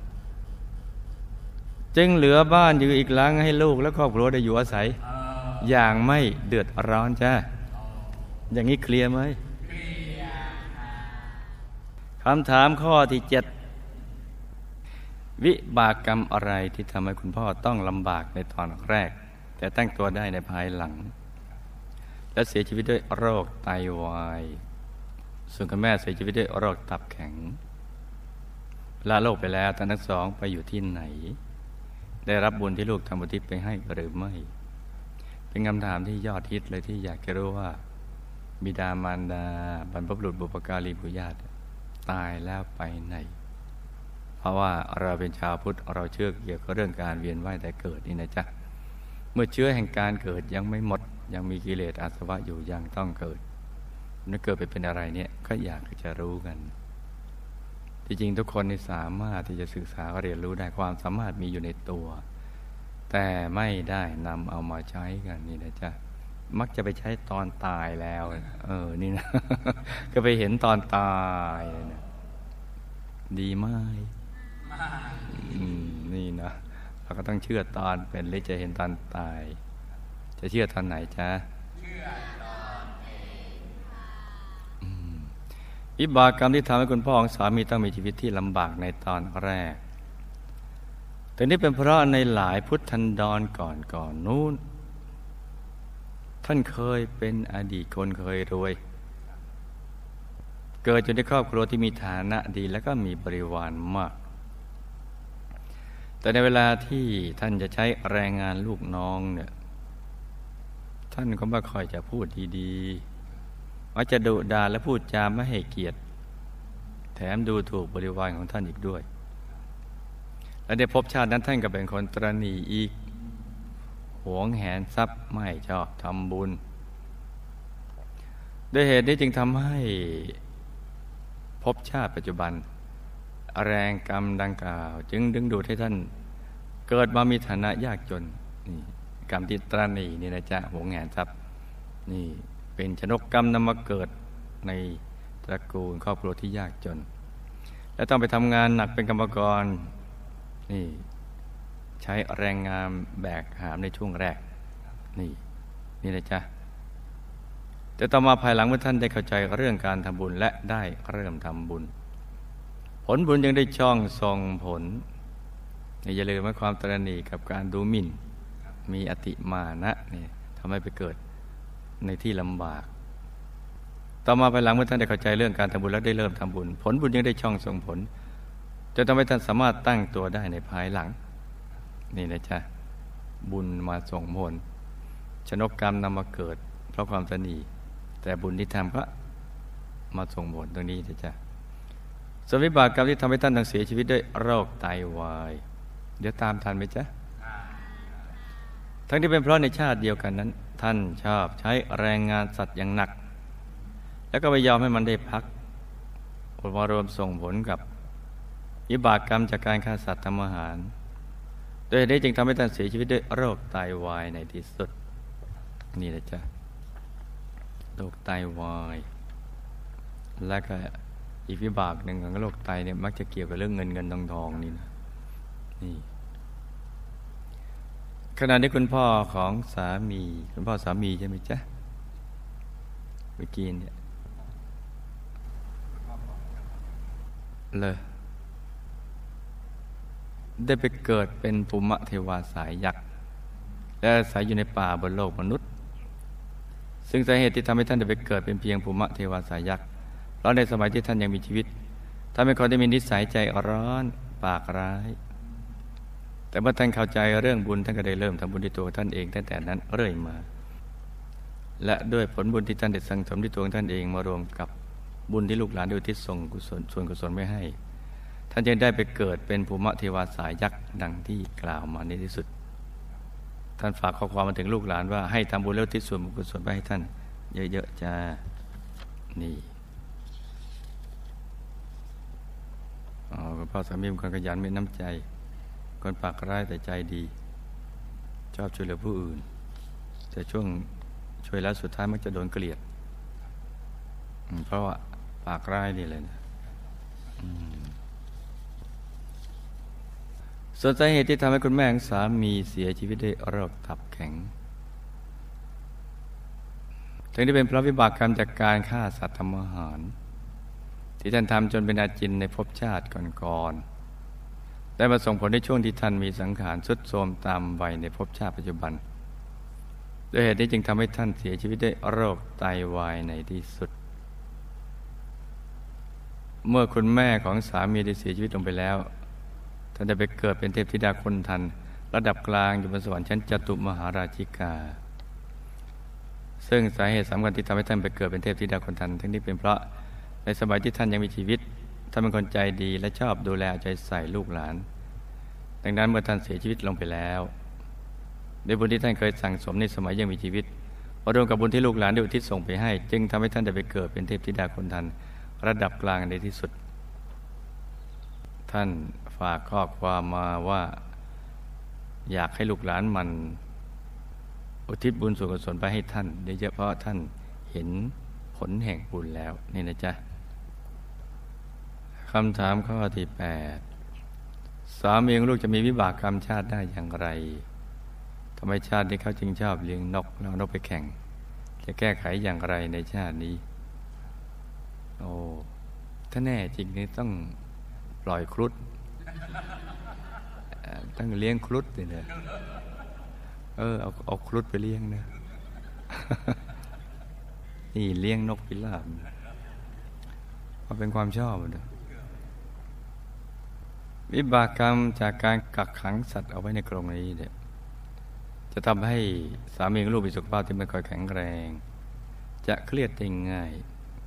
จึงเหลือบ้านอยู่อีกหลังให้ลูกและครอบครัวได้อยู่อาศัยอย่างไม่เดือดร้อนจ้าอย่างนี้เคลียร์ไหมคำถามข้อที่7วิบากกรรมอะไรที่ทำให้คุณพ่อต้องลำบากในตอนแรกแต่ตั้งตัวได้ในภายหลังและเสียชีวิตด้วยโรคไตวายส่วนคุณแม่เสียชีวิตด้วยโรคตับแข็งลาโลกไปแล้วท่านทั้งสองไปอยู่ที่ไหนได้รับบุญที่ลูกทำบุญทิพย์ไปให้หรือไม่เป็นคำถามที่ยอดฮิตเลยที่อยากจะรู้ว่าบิดามารดาบรรพบุรุษบุพการีปู่ย่าตายแล้วไปไหนเพราะว่าเราเป็นชาวพุทธเราเชื่อเกี่ยวกับเรื่องการเวียนว่ายแต่เกิดนี่นะจ๊ะเมื่อเชื้อแห่งการเกิดยังไม่หมดยังมีกิเลสอาสวะอยู่ยังต้องเกิดเมื่อเกิดไปเป็นอะไรเนี่ยก็อยากจะรู้กันจริงๆทุกคนนี่สามารถที่จะศึกษาเรียนรู้ได้ความสามารถมีอยู่ในตัวแต่ไม่ได้นำเอามาใช้กันนี่นะจ๊ะมักจะไปใช้ตอนตายแล้วนี่นะ ก็ไปเห็นตอนตายนะดีมากนี่นะเราก็ต้องเชื่อตอนเป็นหรือจะเห็นตอนตายจะเชื่อตอนไหนจ๊ะเชื่อตอนวิบากกรรมที่ทำให้คุณพ่อของสามีต้องมีชีวิตที่ลำบากในตอนแรกแต่นี่เป็นเพราะในหลายพุทธันดรก่อนนู้นท่านเคยเป็นอดีตคนเคยรวยเกิดอยู่ในครอบครัวที่มีฐานะดีและก็มีบริวารมากแต่ในเวลาที่ท่านจะใช้แรงงานลูกน้องเนี่ยท่านก็ไม่ค่อยจะพูดดีๆว่าจะดุด่าและพูดจาไม่ให้เกียรติแถมดูถูกบริวารของท่านอีกด้วยและในภพชาตินั้นท่านก็เป็นคนตระหนี่อีกหวงแหนทรัพย์ไม่ชอบทำบุญด้วยเหตุนี้จึงทำให้ภพชาติปัจจุบันแรงกรรมดังกล่าวจึงดึงดูดให้ท่านเกิดมามีฐานะยากจนนี่กรรมที่ตระหนี่นี่นะจ๊ะหวงแหนทรัพย์นี่เป็นชนกกรรมนำมาเกิดในตระกูลครอบครัวที่ยากจนและต้องไปทำงานหนักเป็นกรรมกรนี่ใช้แรงงานแบกหามในช่วงแรกนี่นะจ๊ะแต่ต่อมาภายหลังเมื่อท่านได้เข้าใจเรื่องการทำบุญและได้เริ่มทำบุญผลบุญยังได้ช่องส่งผลอย่าลืมว่าความตระหนี่กับการดูหมิ่นมีอติมานะนี่ทำให้ไปเกิดในที่ลำบากต่อมาภายหลังเมื่อท่านได้เข้าใจเรื่องการทำบุญและได้เริ่มทำบุญผลบุญยังได้ช่องส่งผลจนทำให้ท่านสามารถตั้งตัวได้ในภายหลังนี่นะจ๊ะบุญมาส่งผลชนกกรรมนำมาเกิดเพราะความตระหนี่แต่บุญที่ทำก็มาส่งผลตรงนี้นะจ๊ะส่วนวิบากกรรมที่ทำให้ท่านต้องเสียชีวิตด้วยโรคไตวายเดี๋ยวตามทันไหมจ๊ะทั้งที่เป็นเพราะในชาติเดียวกันนั้นท่านชอบใช้แรงงานสัตว์อย่างหนักแล้วก็ไม่ยอมให้มันได้พักมารวมส่งผลกับวิบากกรรมจากการฆ่าสัตว์ทำอาหารโดยเหตุนี้จึงทำให้ท่านเสียชีวิตด้วยโรคไตวายในที่สุดนี่นะจ๊ะโรคไตวายและก็อีกวิบากหนึ่งของโรคไตเนี่ยมักจะเกี่ยวกับเรื่องเงินทองนี่นะนี่ขณะนี้คุณพ่อของสามีใช่ไหมจ๊ะเมื่อกี้เนี่ยเลยได้ไปเกิดเป็นภูมิเทวาสายยักษ์และอาศัยอยู่ในป่าบนโลกมนุษย์ซึ่งสาเหตุที่ทำให้ท่านได้ไปเกิดเป็นเพียงภูมิเทวาสายยักษ์เพราะในสมัยที่ท่านยังมีชีวิตท่านเป็นคนที่มีนิสัยใจร้อนปากร้ายแต่เมื่อท่านเข้าใจเรื่องบุญท่านก็ได้เริ่มทำบุญที่ตัวท่านเองตั้งแต่นั้นเรื่อยมาและด้วยผลบุญที่ท่านได้สั่งสมที่ตัวท่านเองมารวมกับบุญที่ลูกหลานได้อุทิศส่งกุศลส่วนกุศลไว้ให้ท่านจึงได้ไปเกิดเป็นภูมิเทวาสายยักษ์ดังที่กล่าวมาในที่สุดท่านฝากข้อความมาถึงลูกหลานว่าให้ทำบุญแล้วอุทิศส่วนกุศลไปให้ท่านเยอะๆจ้านี่คุณพ่อสามีเป็นคนขยันมีน้ำใจคนปากร้ายแต่ใจดีชอบช่วยเหลือผู้อื่นแต่ช่วงช่วยแล้วสุดท้ายมักจะโดนเกลียดเพราะว่าปากร้ายนี่เลยนะส่วนสาเหตุที่ทำให้คุณแม่ของสามีเสียชีวิตด้วยโรคตับแข็งทั้งที่เป็นเพราะวิบากกรรมจากการฆ่าสัตว์ทำอาหารที่ท่านทำจนเป็นอาจินในภพชาติก่อนๆได้มาส่งผลในช่วงที่ท่านมีสังขารทรุดโทรมตามวัยในภพชาติปัจจุบันด้วยเหตุนี้จึงทำให้ท่านเสียชีวิตด้วยโรคไตวายในที่สุดเมื่อคุณแม่ของสามีได้เสียชีวิตลงไปแล้วท่านได้ไปเกิดเป็นเทพธิดาคนทันระดับกลางอยู่บนสวรรค์ชั้นจตุมหาราชิกาซึ่งสาเหตุสำคัญที่ทำให้ท่านไปเกิดเป็นเทพธิดาคนทันทั้งนี้เป็นเพราะในสมัยที่ท่านยังมีชีวิตท่านเป็นคนใจดีและชอบดูแลใจใส่ลูกหลานดังนั้นเมื่อท่านเสียชีวิตลงไปแล้วด้วยบุญที่ท่านเคยสั่งสมในสมัยยังมีชีวิตรวมกับบุญที่ลูกหลานได้อุทิศส่งไปให้จึงทำให้ท่านได้ไปเกิดเป็นเทพธิดาคนทันระดับกลางในที่สุดท่านฝากข้อความมาว่าอยากให้ลูกหลานมันอุทิศบุญส่วนกุศลไปให้ท่านโดยเฉพาะท่านเห็นผลแห่งบุญแล้วนี่นะจ๊ะคำถามข้อที่ 8 สามีของลูกจะมีวิบากกรรมชาติได้อย่างไรทำไมชาตินี้เขาจึงชอบเลี้ยงนกแล้วนกไปแข่งจะแก้ไขอย่างไรในชาตินี้โอ้ถ้าแน่จริงนี่ต้องปล่อยครุฑต้องเลี้ยงครุฑเลยนะเอาครุฑไปเลี้ยงนะนี่เลี้ยงนกพิราบมันเป็นความชอบนะวิบากกรรมจากการกักขังสัตว์เอาไว้ในกรงนี้เนี่ยจะทำให้สามีกับลูกมีสุขภาพที่ไม่ค่อยแข็งแรงจะเครียดได้ง่าย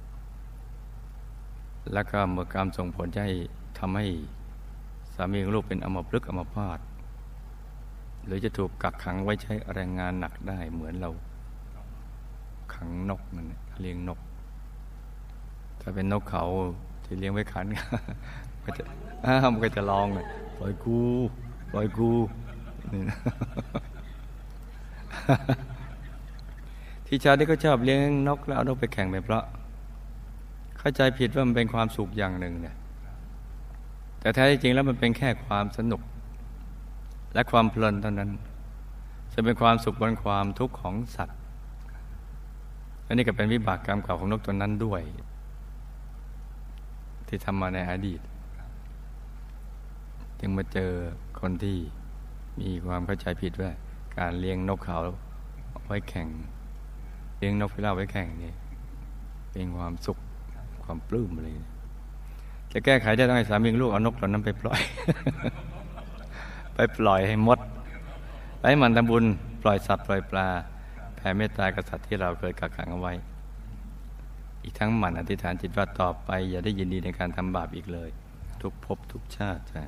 แล้วก็เมื่อกรรมส่งผลให้ทำให้สามีของลูกเป็นอัมพฤกษ์อัมพาตหรือจะถูกกักขังไว้ใช้แรงงานหนักได้เหมือนเราขังนกนั่นเลี้ยงนกถ้าเป็นนกเขาที่เลี้ยงไว้ขันก็จะมันก็จะร้องปล่อยกูปล่อยกูนี่นะที่ชาวที่เขาชอบเลี้ยงนกแล้วเอานกไปแข่งไปเพราะเข้าใจผิดว่ามันเป็นความสุขอย่างหนึ่งเนี่ยแต่แท้จริงแล้วมันเป็นแค่ความสนุกและความเพลินเท่านั้นจะเป็นความสุขบนความทุกข์ของสัตว์และนี่ก็เป็นวิบากกรรมเก่าของนกตัวนั้นด้วยที่ทำมาในอดีตจึงมาเจอคนที่มีความเข้าใจผิดว่าการเลี้ยงนกเขาไว้แข่งเลี้ยงนกพิราบไว้แข่งนี่เป็นความสุขความปลื้มเลยจะแก้ไขได้ต้องให้สามีลูกเอานกเหล่านั้นไปปล่อย ไปปล่อยให้มดไปให้มันทำบุญปล่อยสัตว์ปล่อยปลาแผ่เมตตากับสัตว์ที่เราเคยกักขังเอาไว้อีกทั้งหมั่นอธิษฐานจิตว่าต่อไปอย่าได้ยินดีในการทำบาปอีกเลยทุกภพทุกชาติใช่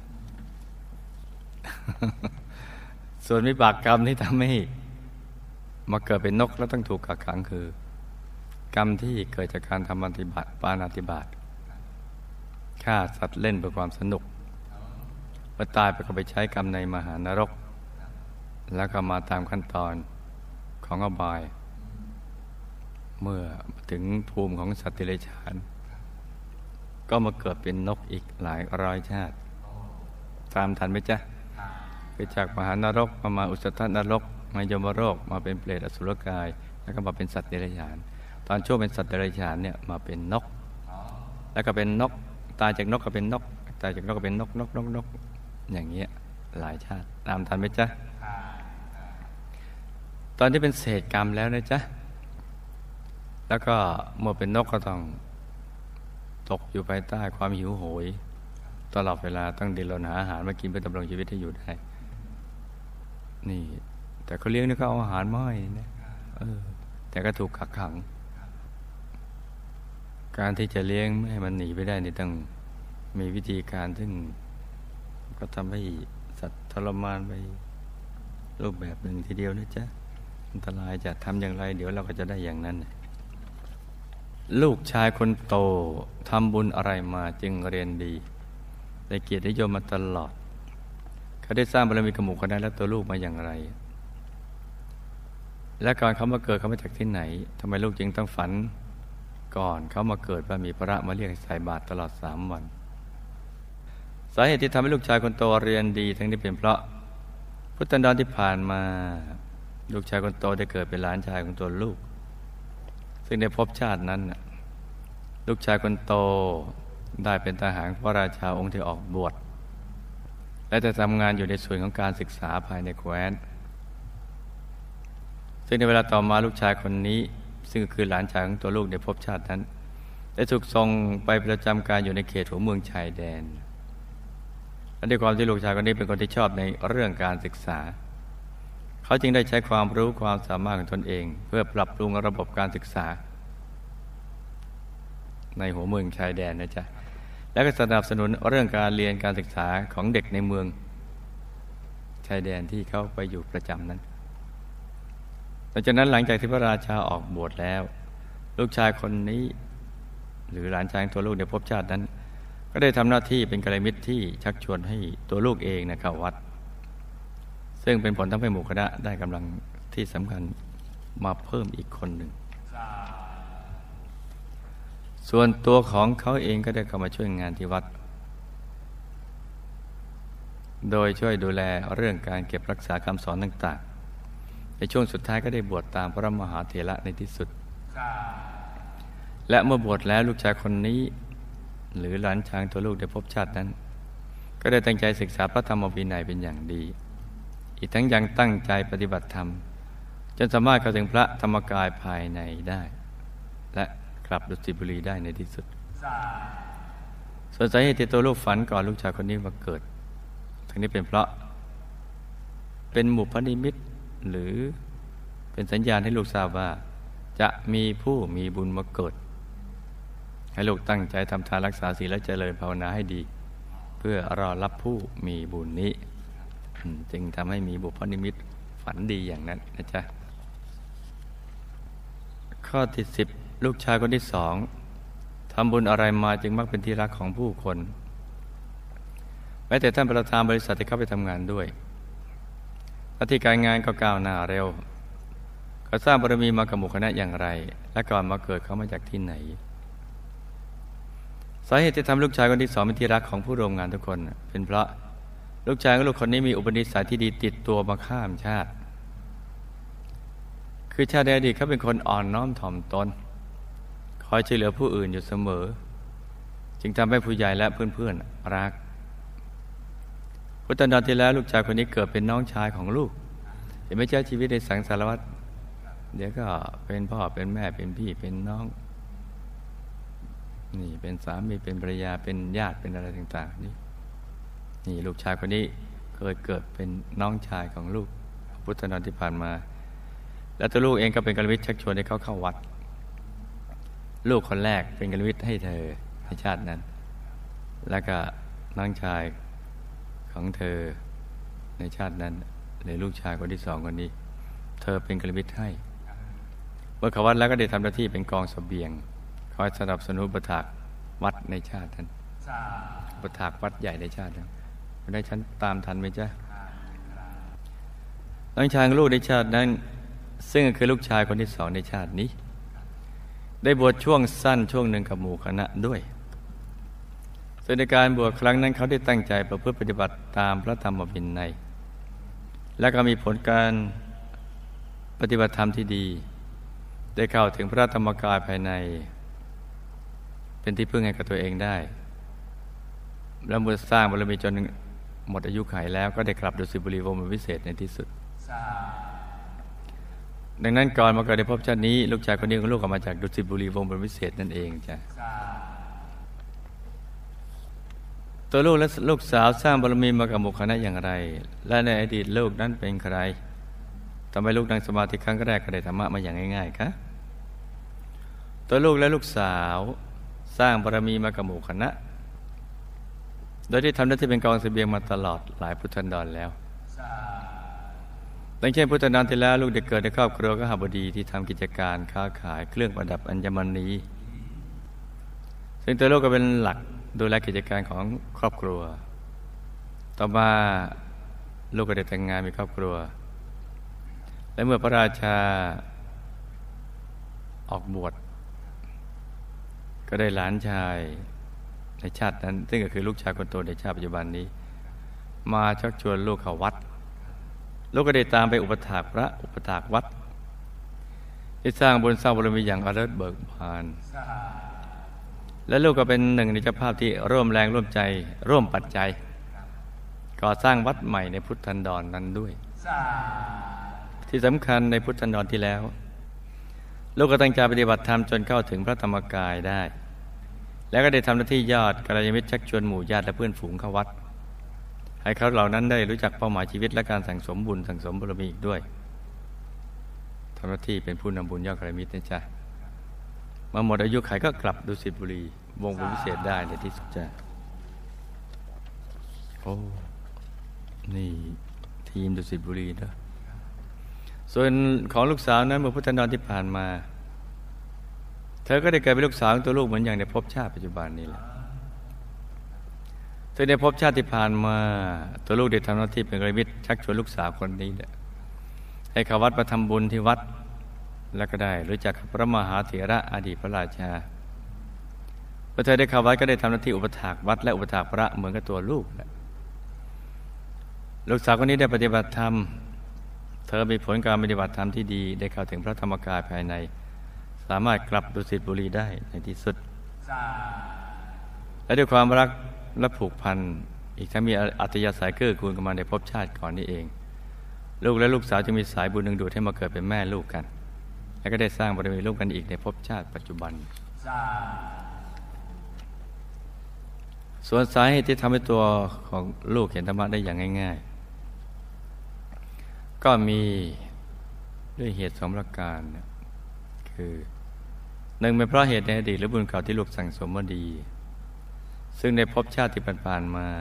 ส่วนวิบากกรรมที่ทำให้มาเกิดเป็นนกแล้วต้องถูกกักขังคือกรรมที่เกิดจากการทำปฏิบัติปาณาติบาตฆ่าสัตว์เล่นเพื่อความสนุกเมื่อตายไปก็ไปใช้กรรมในมหานรกแล้วก็มาตามขั้นตอนของอบายเมื่อถึงภูมิของสัตว์เดรัจฉานก็มาเกิดเป็นนกอีกหลายร้อยชาติตามทันไหมจ๊ะไปจากมหานรกมาอุสธนรกมายมโลกมาเป็นเปรตอสุรกายแล้วก็มาเป็นสัตว์เดรัจฉานตอนช่วงเป็นสัตว์เดรัจฉานเนี่ยมาเป็นนกแล้วก็เป็นนกตายจากนกก็เป็นนกตายจากนกก็เป็นนกอย่างเงี้ยหลายชาติตามทันไหมจ๊ะตอนที่เป็นเศษกรรมแล้วนะจ๊ะแล้วก็เมื่อเป็นนกก็ต้องตกอยู่ภายใต้ความหิวโหยตลอดเวลาต้องดิ้นรนหาอาหารมากินเพื่อดำรงชีวิตให้อยู่ได้นี่แต่เขาเลี้ยงนี่ก็เอาอาหารมาให้นะแต่ก็ถูกขักขังการที่จะเลี้ยงไม่ให้มันหนีไปได้นี่ต้องมีวิธีการซึ่งก็ทำให้สัตว์ทรมานไปรูปแบบหนึ่งทีเดียวนะจ๊ะอันตรายจะทำอย่างไรเดี๋ยวเราก็จะได้อย่างนั้นลูกชายคนโตทำบุญอะไรมาจึงเรียนดีได้เกียรตินิยมมาตลอดเขาได้สร้างบารมีกับหมู่คณะและตัวลูกมาอย่างไรและก่อนเขามาเกิดเขามาจากที่ไหนทำไมลูกจึงต้องฝันก่อนเขามาเกิดว่ามีพระมาเรียกให้ใส่บาตรตลอด3 วันสาเหตุที่ทำให้ลูกชายคนโตเรียนดีทั้งนี้เป็นเพราะพุทธันดรที่ผ่านมาลูกชายคนโตได้เกิดเป็นหลานชายของตัวลูกซึ่งในภพชาตินั้นลูกชายคนโตได้เป็นทหารพระราชาองค์ที่ออกบวชและจะทำงานอยู่ในส่วนของการศึกษาภายในแคว้นซึ่งในเวลาต่อมาลูกชายคนนี้ซึ่งคือหลานชายของตัวลูกในภพชาตินั้นได้ถูกส่งไปประจำการอยู่ในเขตหัวเมืองชายแดนและด้วยความที่ลูกชายคนนี้เป็นคนที่ชอบในเรื่องการศึกษาเขาจึงได้ใช้ความรู้ความสามารถของตนเองเพื่อปรับปรุงระบบการศึกษาในหัวเมืองชายแดนนะจ๊ะแล้วก็สนับสนุนเรื่องการเรียนการศึกษาของเด็กในเมืองชายแดนที่เขาไปอยู่ประจำนั้นหลังจากนั้นหลังจากที่พระราชาออกบวชแล้วลูกชายคนนี้หรือหลานชายตัวลูกในภพชาตินั้นก็ได้ทำหน้าที่เป็นกัลยาณมิตรที่ชักชวนให้ตัวลูกเองเข้าวัดซึ่งเป็นผลทำให้หมู่คณะได้กำลังที่สำคัญมาเพิ่มอีกคนหนึ่งส่วนตัวของเขาเองก็ได้เข้ามาช่วยงานที่วัดโดยช่วยดูแลเรื่องการเก็บรักษาคำสอนต่างๆในช่วงสุดท้ายก็ได้บวชตามพระมหาเถระในที่สุดและเมื่อบวชแล้วลูกชายคนนี้หรือหลานชายตัวลูกในภพชาตินั้นก็ได้ตั้งใจศึกษาพระธรรมวินัยเป็นอย่างดีอีกทั้งยังตั้งใจปฏิบัติธรรมจนสามารถเข้าถึงพระธรรมกายภายในได้และกลับดุสิตบุรีได้ในที่สุดส่วนสาเหตุที่ตัวลูกฝันก่อนลูกชายคนนี้มาเกิดทั้งนี้เป็นเพราะเป็นหมู่พระนิมิตหรือเป็นสัญญาณให้ลูกทราบว่าจะมีผู้มีบุญมาเกิดให้ลูกตั้งใจทำทานรักษาศีลและเจริญภาวนาให้ดีเพื่อรอรับผู้มีบุญนี้จึงทำให้มีบุพนิมิตฝันดีอย่างนั้นนะจ๊ะข้อที่10ลูกชายคนที่2ทำบุญอะไรมาจึงมักเป็นที่รักของผู้คนแม้แต่ท่านประธานบริษัทที่เข้าไปทำงานด้วยหน้าที่การงานก็ก้าวหน้าเร็วเขาสร้างบารมีมากับหมู่คณะอย่างไรและก่อนมาเกิดเขามาจากที่ไหนสาเหตุที่ทำลูกชายคนที่2เป็นที่รักของผู้ร่วมงานทุกคนเป็นเพราะลูกชายของลูกคนนี้มีอุปนิสัยที่ดีติดตัวมาข้ามชาติคือชาติในอดีตเขาเป็นคนอ่อนน้อมถ่อมตนคอยช่วยเหลือผู้อื่นอยู่เสมอจึงทำให้ผู้ใหญ่และเพื่อนๆรักพุทธันดรที่แล้วลูกชายคนนี้เกิดเป็นน้องชายของลูกเห็นไหมใช้ชีวิตในสังสารวัฏเดี๋ยวก็เป็นพ่อเป็นแม่เป็นพี่เป็นน้องนี่เป็นสามีเป็นภรรยาเป็นญาติเป็นอะไรต่างๆนี่ลูกชายคนนี้เคยเกิดเป็นน้องชายของลูกพุทธันดรที่ผ่านมาแล้วตัวลูกเองก็เป็นกัลยาณมิตรชักชวนให้เขาเข้าวัดลูกคนแรกเป็นกัลยาณมิตรให้เธอในชาตินั้นแล้วก็น้องชายของเธอในชาตินั้นหรือลูกชายคนที่2คนนี้เธอเป็นกัลยาณมิตรให้เมื่อเข้าวัดแล้วก็ได้ทำหน้าที่เป็นกองเสบียงคอยสนับสนุนอุปถากวัดในชาตินั้นอุปถากวัดใหญ่ในชาตินั้นได้ฉันตามทันไหมจ๊ะน้องชายของลูกในชาตินั้นซึ่งคือลูกชายคนที่2ในชาตินี้ได้บวชช่วงสั้นช่วงหนึ่งกับหมู่คณะด้วยซึ่งในการบวชครั้งนั้นเขาได้ตั้งใจประพฤติปฏิบัติตามพระธรรมวินัยและก็มีผลการปฏิบัติธรรมที่ดีได้เข้าถึงพระธรรมกายภายในเป็นที่พึ่งให้กับตัวเองได้แล้วเมื่อสร้างบารมีจนหมดอายุขัยแล้วก็ได้กลับดุสิตบุรีวงศ์เป็นพิเศษในที่สุดดังนั้นก่อนมาเกิดในภพชาตินี้ลูกชายคนนี้ของลูกออกมาจากดุสิตบุรีวงศ์เป็นพิเศษนั่นเองจ้ะตัวลูกและลูกสาวสร้างบารมีมากับหมู่คณะอย่างไรและในอดีตลูกนั้นเป็นใครทำไมลูกนั่งสมาธิครั้งแรกก็ได้ธรรมะมาอย่างง่ายๆคะตัวลูกและลูกสาวสร้างบารมีมากับหมู่คณะโดยที่ทำหน้าที่เป็นกองเสบียงมาตลอดหลายพุทธันดรแล้วดังเช่นพุทธันดรที่แล้วลูกได้เกิดในครอบครัวกหบดีที่ทำกิจการค้าขายเครื่องประดับอัญมณีซึ่งตัวลูกก็เป็นหลักดูแลกิจการของครอบครัวต่อมาลูกก็ได้แต่งงานมีครอบครัวและเมื่อพระราชาออกบวชก็ได้หลานชายในชาตินั้นซึ่งก็คือลูกชายคนโตในชาติปัจจุบันนี้มาชักชวนลูกเข้าวัดลูกก็ได้ตามไปอุปถากพระอุปถากวัดที่สร้างบุญสร้างบารมีอย่างอเลิศเบิกบานและลูกก็เป็นหนึ่งในเจ้าภาพที่ร่วมแรงร่วมใจร่วมปัจจัยก่อสร้างวัดใหม่ในพุทธันดรนั้นด้วยที่สำคัญในพุทธันดรที่แล้วลูกก็ตั้งใจปฏิบัติธรรมจนเข้าถึงพระธรรมกายได้แล้วก็ได้ทำหน้าที่ยอดกัลยาณมิตรชักชวนหมู่ญาติและเพื่อนฝูงเข้าวัดให้เขาเหล่านั้นได้รู้จักเป้าหมายชีวิตและการสั่งสมบุญสั่งสมบารมีอีกด้วยทำหน้าที่เป็นผู้นำบุญยอดกัลยาณมิตรนะจ๊ะมาหมดอายุขัยก็กลับดุสิตบุรีวงบุญพิเศษได้ในที่สุดจ้ะโอ้นี่ทีมดุสิตบุรีนะส่วนของลูกสาวนั้นเมื่อพุทธันดรที่ผ่านมาเธอก็ได้เกิดเป็นลูกสาวของตัวลูกเหมือนอย่างในภพชาติปัจจุบันนี้แหละซึ่งในภพชาติที่ผ่านมาตัวลูกได้ทำหน้าที่เป็นกัลยาณมิตรชักชวนลูกสาวคนนี้ให้เข้าวัดมาทำบุญที่วัดแล้วก็ได้รู้จักกับพระมหาเถระอดีตพระราชาพอเธอได้เข้าวัดก็ได้ทำหน้าที่อุปถากวัดและอุปถากพระเหมือนกับตัวลูกลูกสาวคนนี้ได้ปฏิบัติธรรมเธอมีผลการปฏิบัติธรรมที่ดีได้เข้าถึงพระธรรมกายภายในสามารถกลับดุสิตบุรีได้ในที่สุดและด้วยความรักและผูกพันอีกทั้งมีอัธยาศัยเกื้อกูลกันมาในภพชาติก่อนนี้เองลูกและลูกสาวจึงมีสายบุญดึงดูดให้มาเกิดเป็นแม่ลูกกันและก็ได้สร้างบารมีร่วมกันอีกในภพชาติปัจจุบันส่วนสาเหตุที่ทำให้ตัวของลูกเห็นธรรมะได้อย่างง่ายๆก็มีด้วยเหตุสองประการคือหนึ่งเป็นเพราะเหตุในอดีตหรือบุญเก่าที่ลูกสั่งสมมาดีซึ่งในภพชาติที่ผ่านมา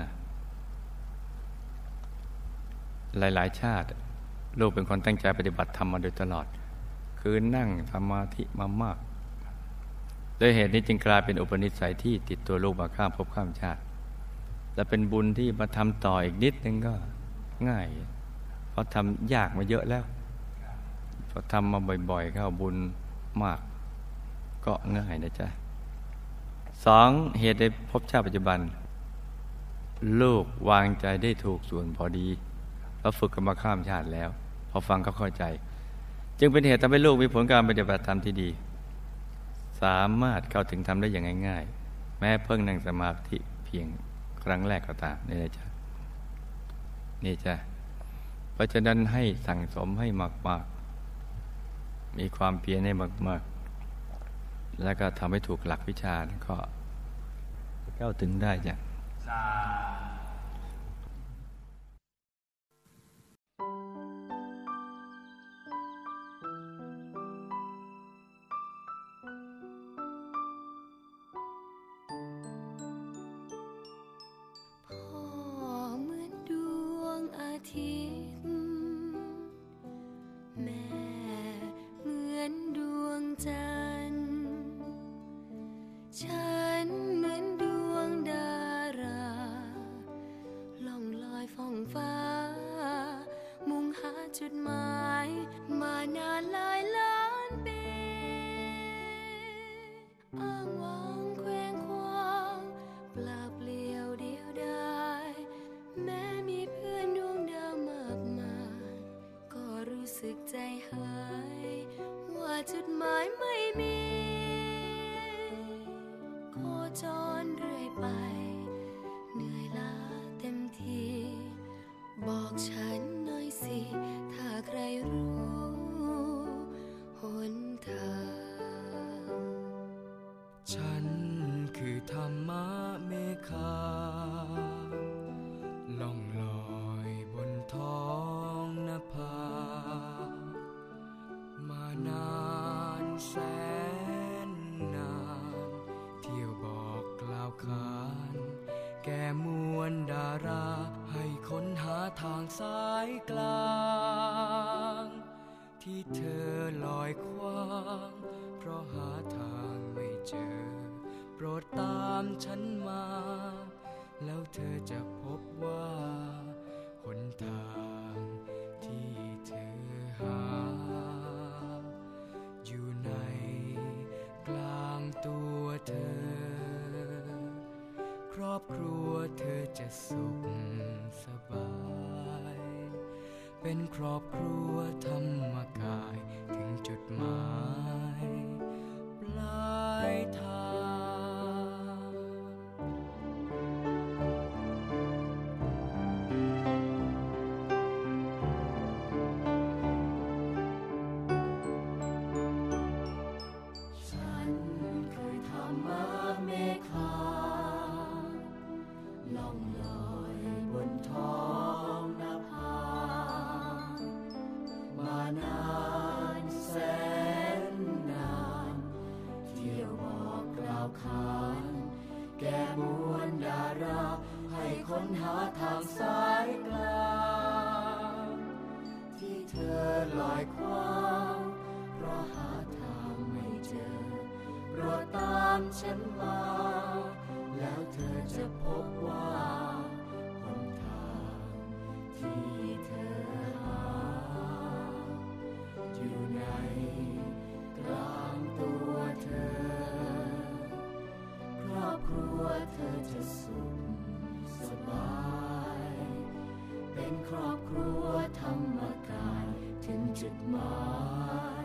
หลายๆชาติลูกเป็นคนตั้งใจปฏิบัติธรรมมาโดยตลอดคือนั่งสมาธิมามากโดยเหตุนี้จึงกลายเป็นอุปนิสัยที่ติดตัวลูกมาข้ามภพข้ามชาติและเป็นบุญที่มาทำต่ออีกนิดนึงก็ง่ายเพราะทำยากมาเยอะแล้วพอทำมาบ่อยๆเข้าบุญมากก็ง่ายนะจ๊ะสองเหตุในภพชาติปัจจุบันลูกวางใจได้ถูกส่วนพอดีเพราะฝึกกันมาข้ามชาติแล้วพอฟังก็เข้าใจจึงเป็นเหตุทำให้ลูกมีผลการปฏิบัติธรรมที่ดีสามารถเข้าถึงธรรมได้อย่างง่ายๆแม้เพิ่งนั่งสมาธิเพียงครั้งแรกก็ตามนี่นะจ๊ะนี่จ้ะเพราะฉะนั้นให้สั่งสมให้มากๆมีความเพียรให้มากๆแล้วก็ทำให้ถูกหลักวิชาก็เข้าถึงได้จ้ะจุดหมายมานานหลายล้านปีอ้างว้างเคว้งคว้างเปล่าเปลี่ยวเดียวดายแม้มีเพื่อนดวงดาวมากมายก็รู้สึกใจหายว่าจุดหมายไม่มีโคจรเรื่อยไปเหนื่อยบอกฉันหน่อยสิถ้าใครรู้หนทางฉันคือธรรมะเมฆาล่องลอยบนท้องนภามานานแสนนานเที่ยวบอกกล่าวขานแก่มวลดาราให้ค้นหาทางสายกลางที่เธอลอยคว้างเพราะหาทางไม่เจอโปรดตามฉันมาแล้วเธอจะพบว่าหนทางที่เธอหาอยู่ในกลางตัวเธอครอบครัวเธอจะสุขสบายเป็นครอบครัวธรรมกายถึงจุดหมายปลายทางฉันคือธรรมะเมฆาล่องลอยบนท้องนภามานานแสนนานเที่ยวบอกกล่าวขานแก่มวลดาราให้ค้นหาทางสายกลางที่เธอลอยคว้างเพราะหาทางไม่เจอโปรดตามฉันมาแล้วเธอจะพบว่าหนทางที่เธอหาอยู่ในกลางตัวเธอครอบครัวเธอจะสุขสบายเป็นครอบครัวธรรมกายถึงจุดหมาย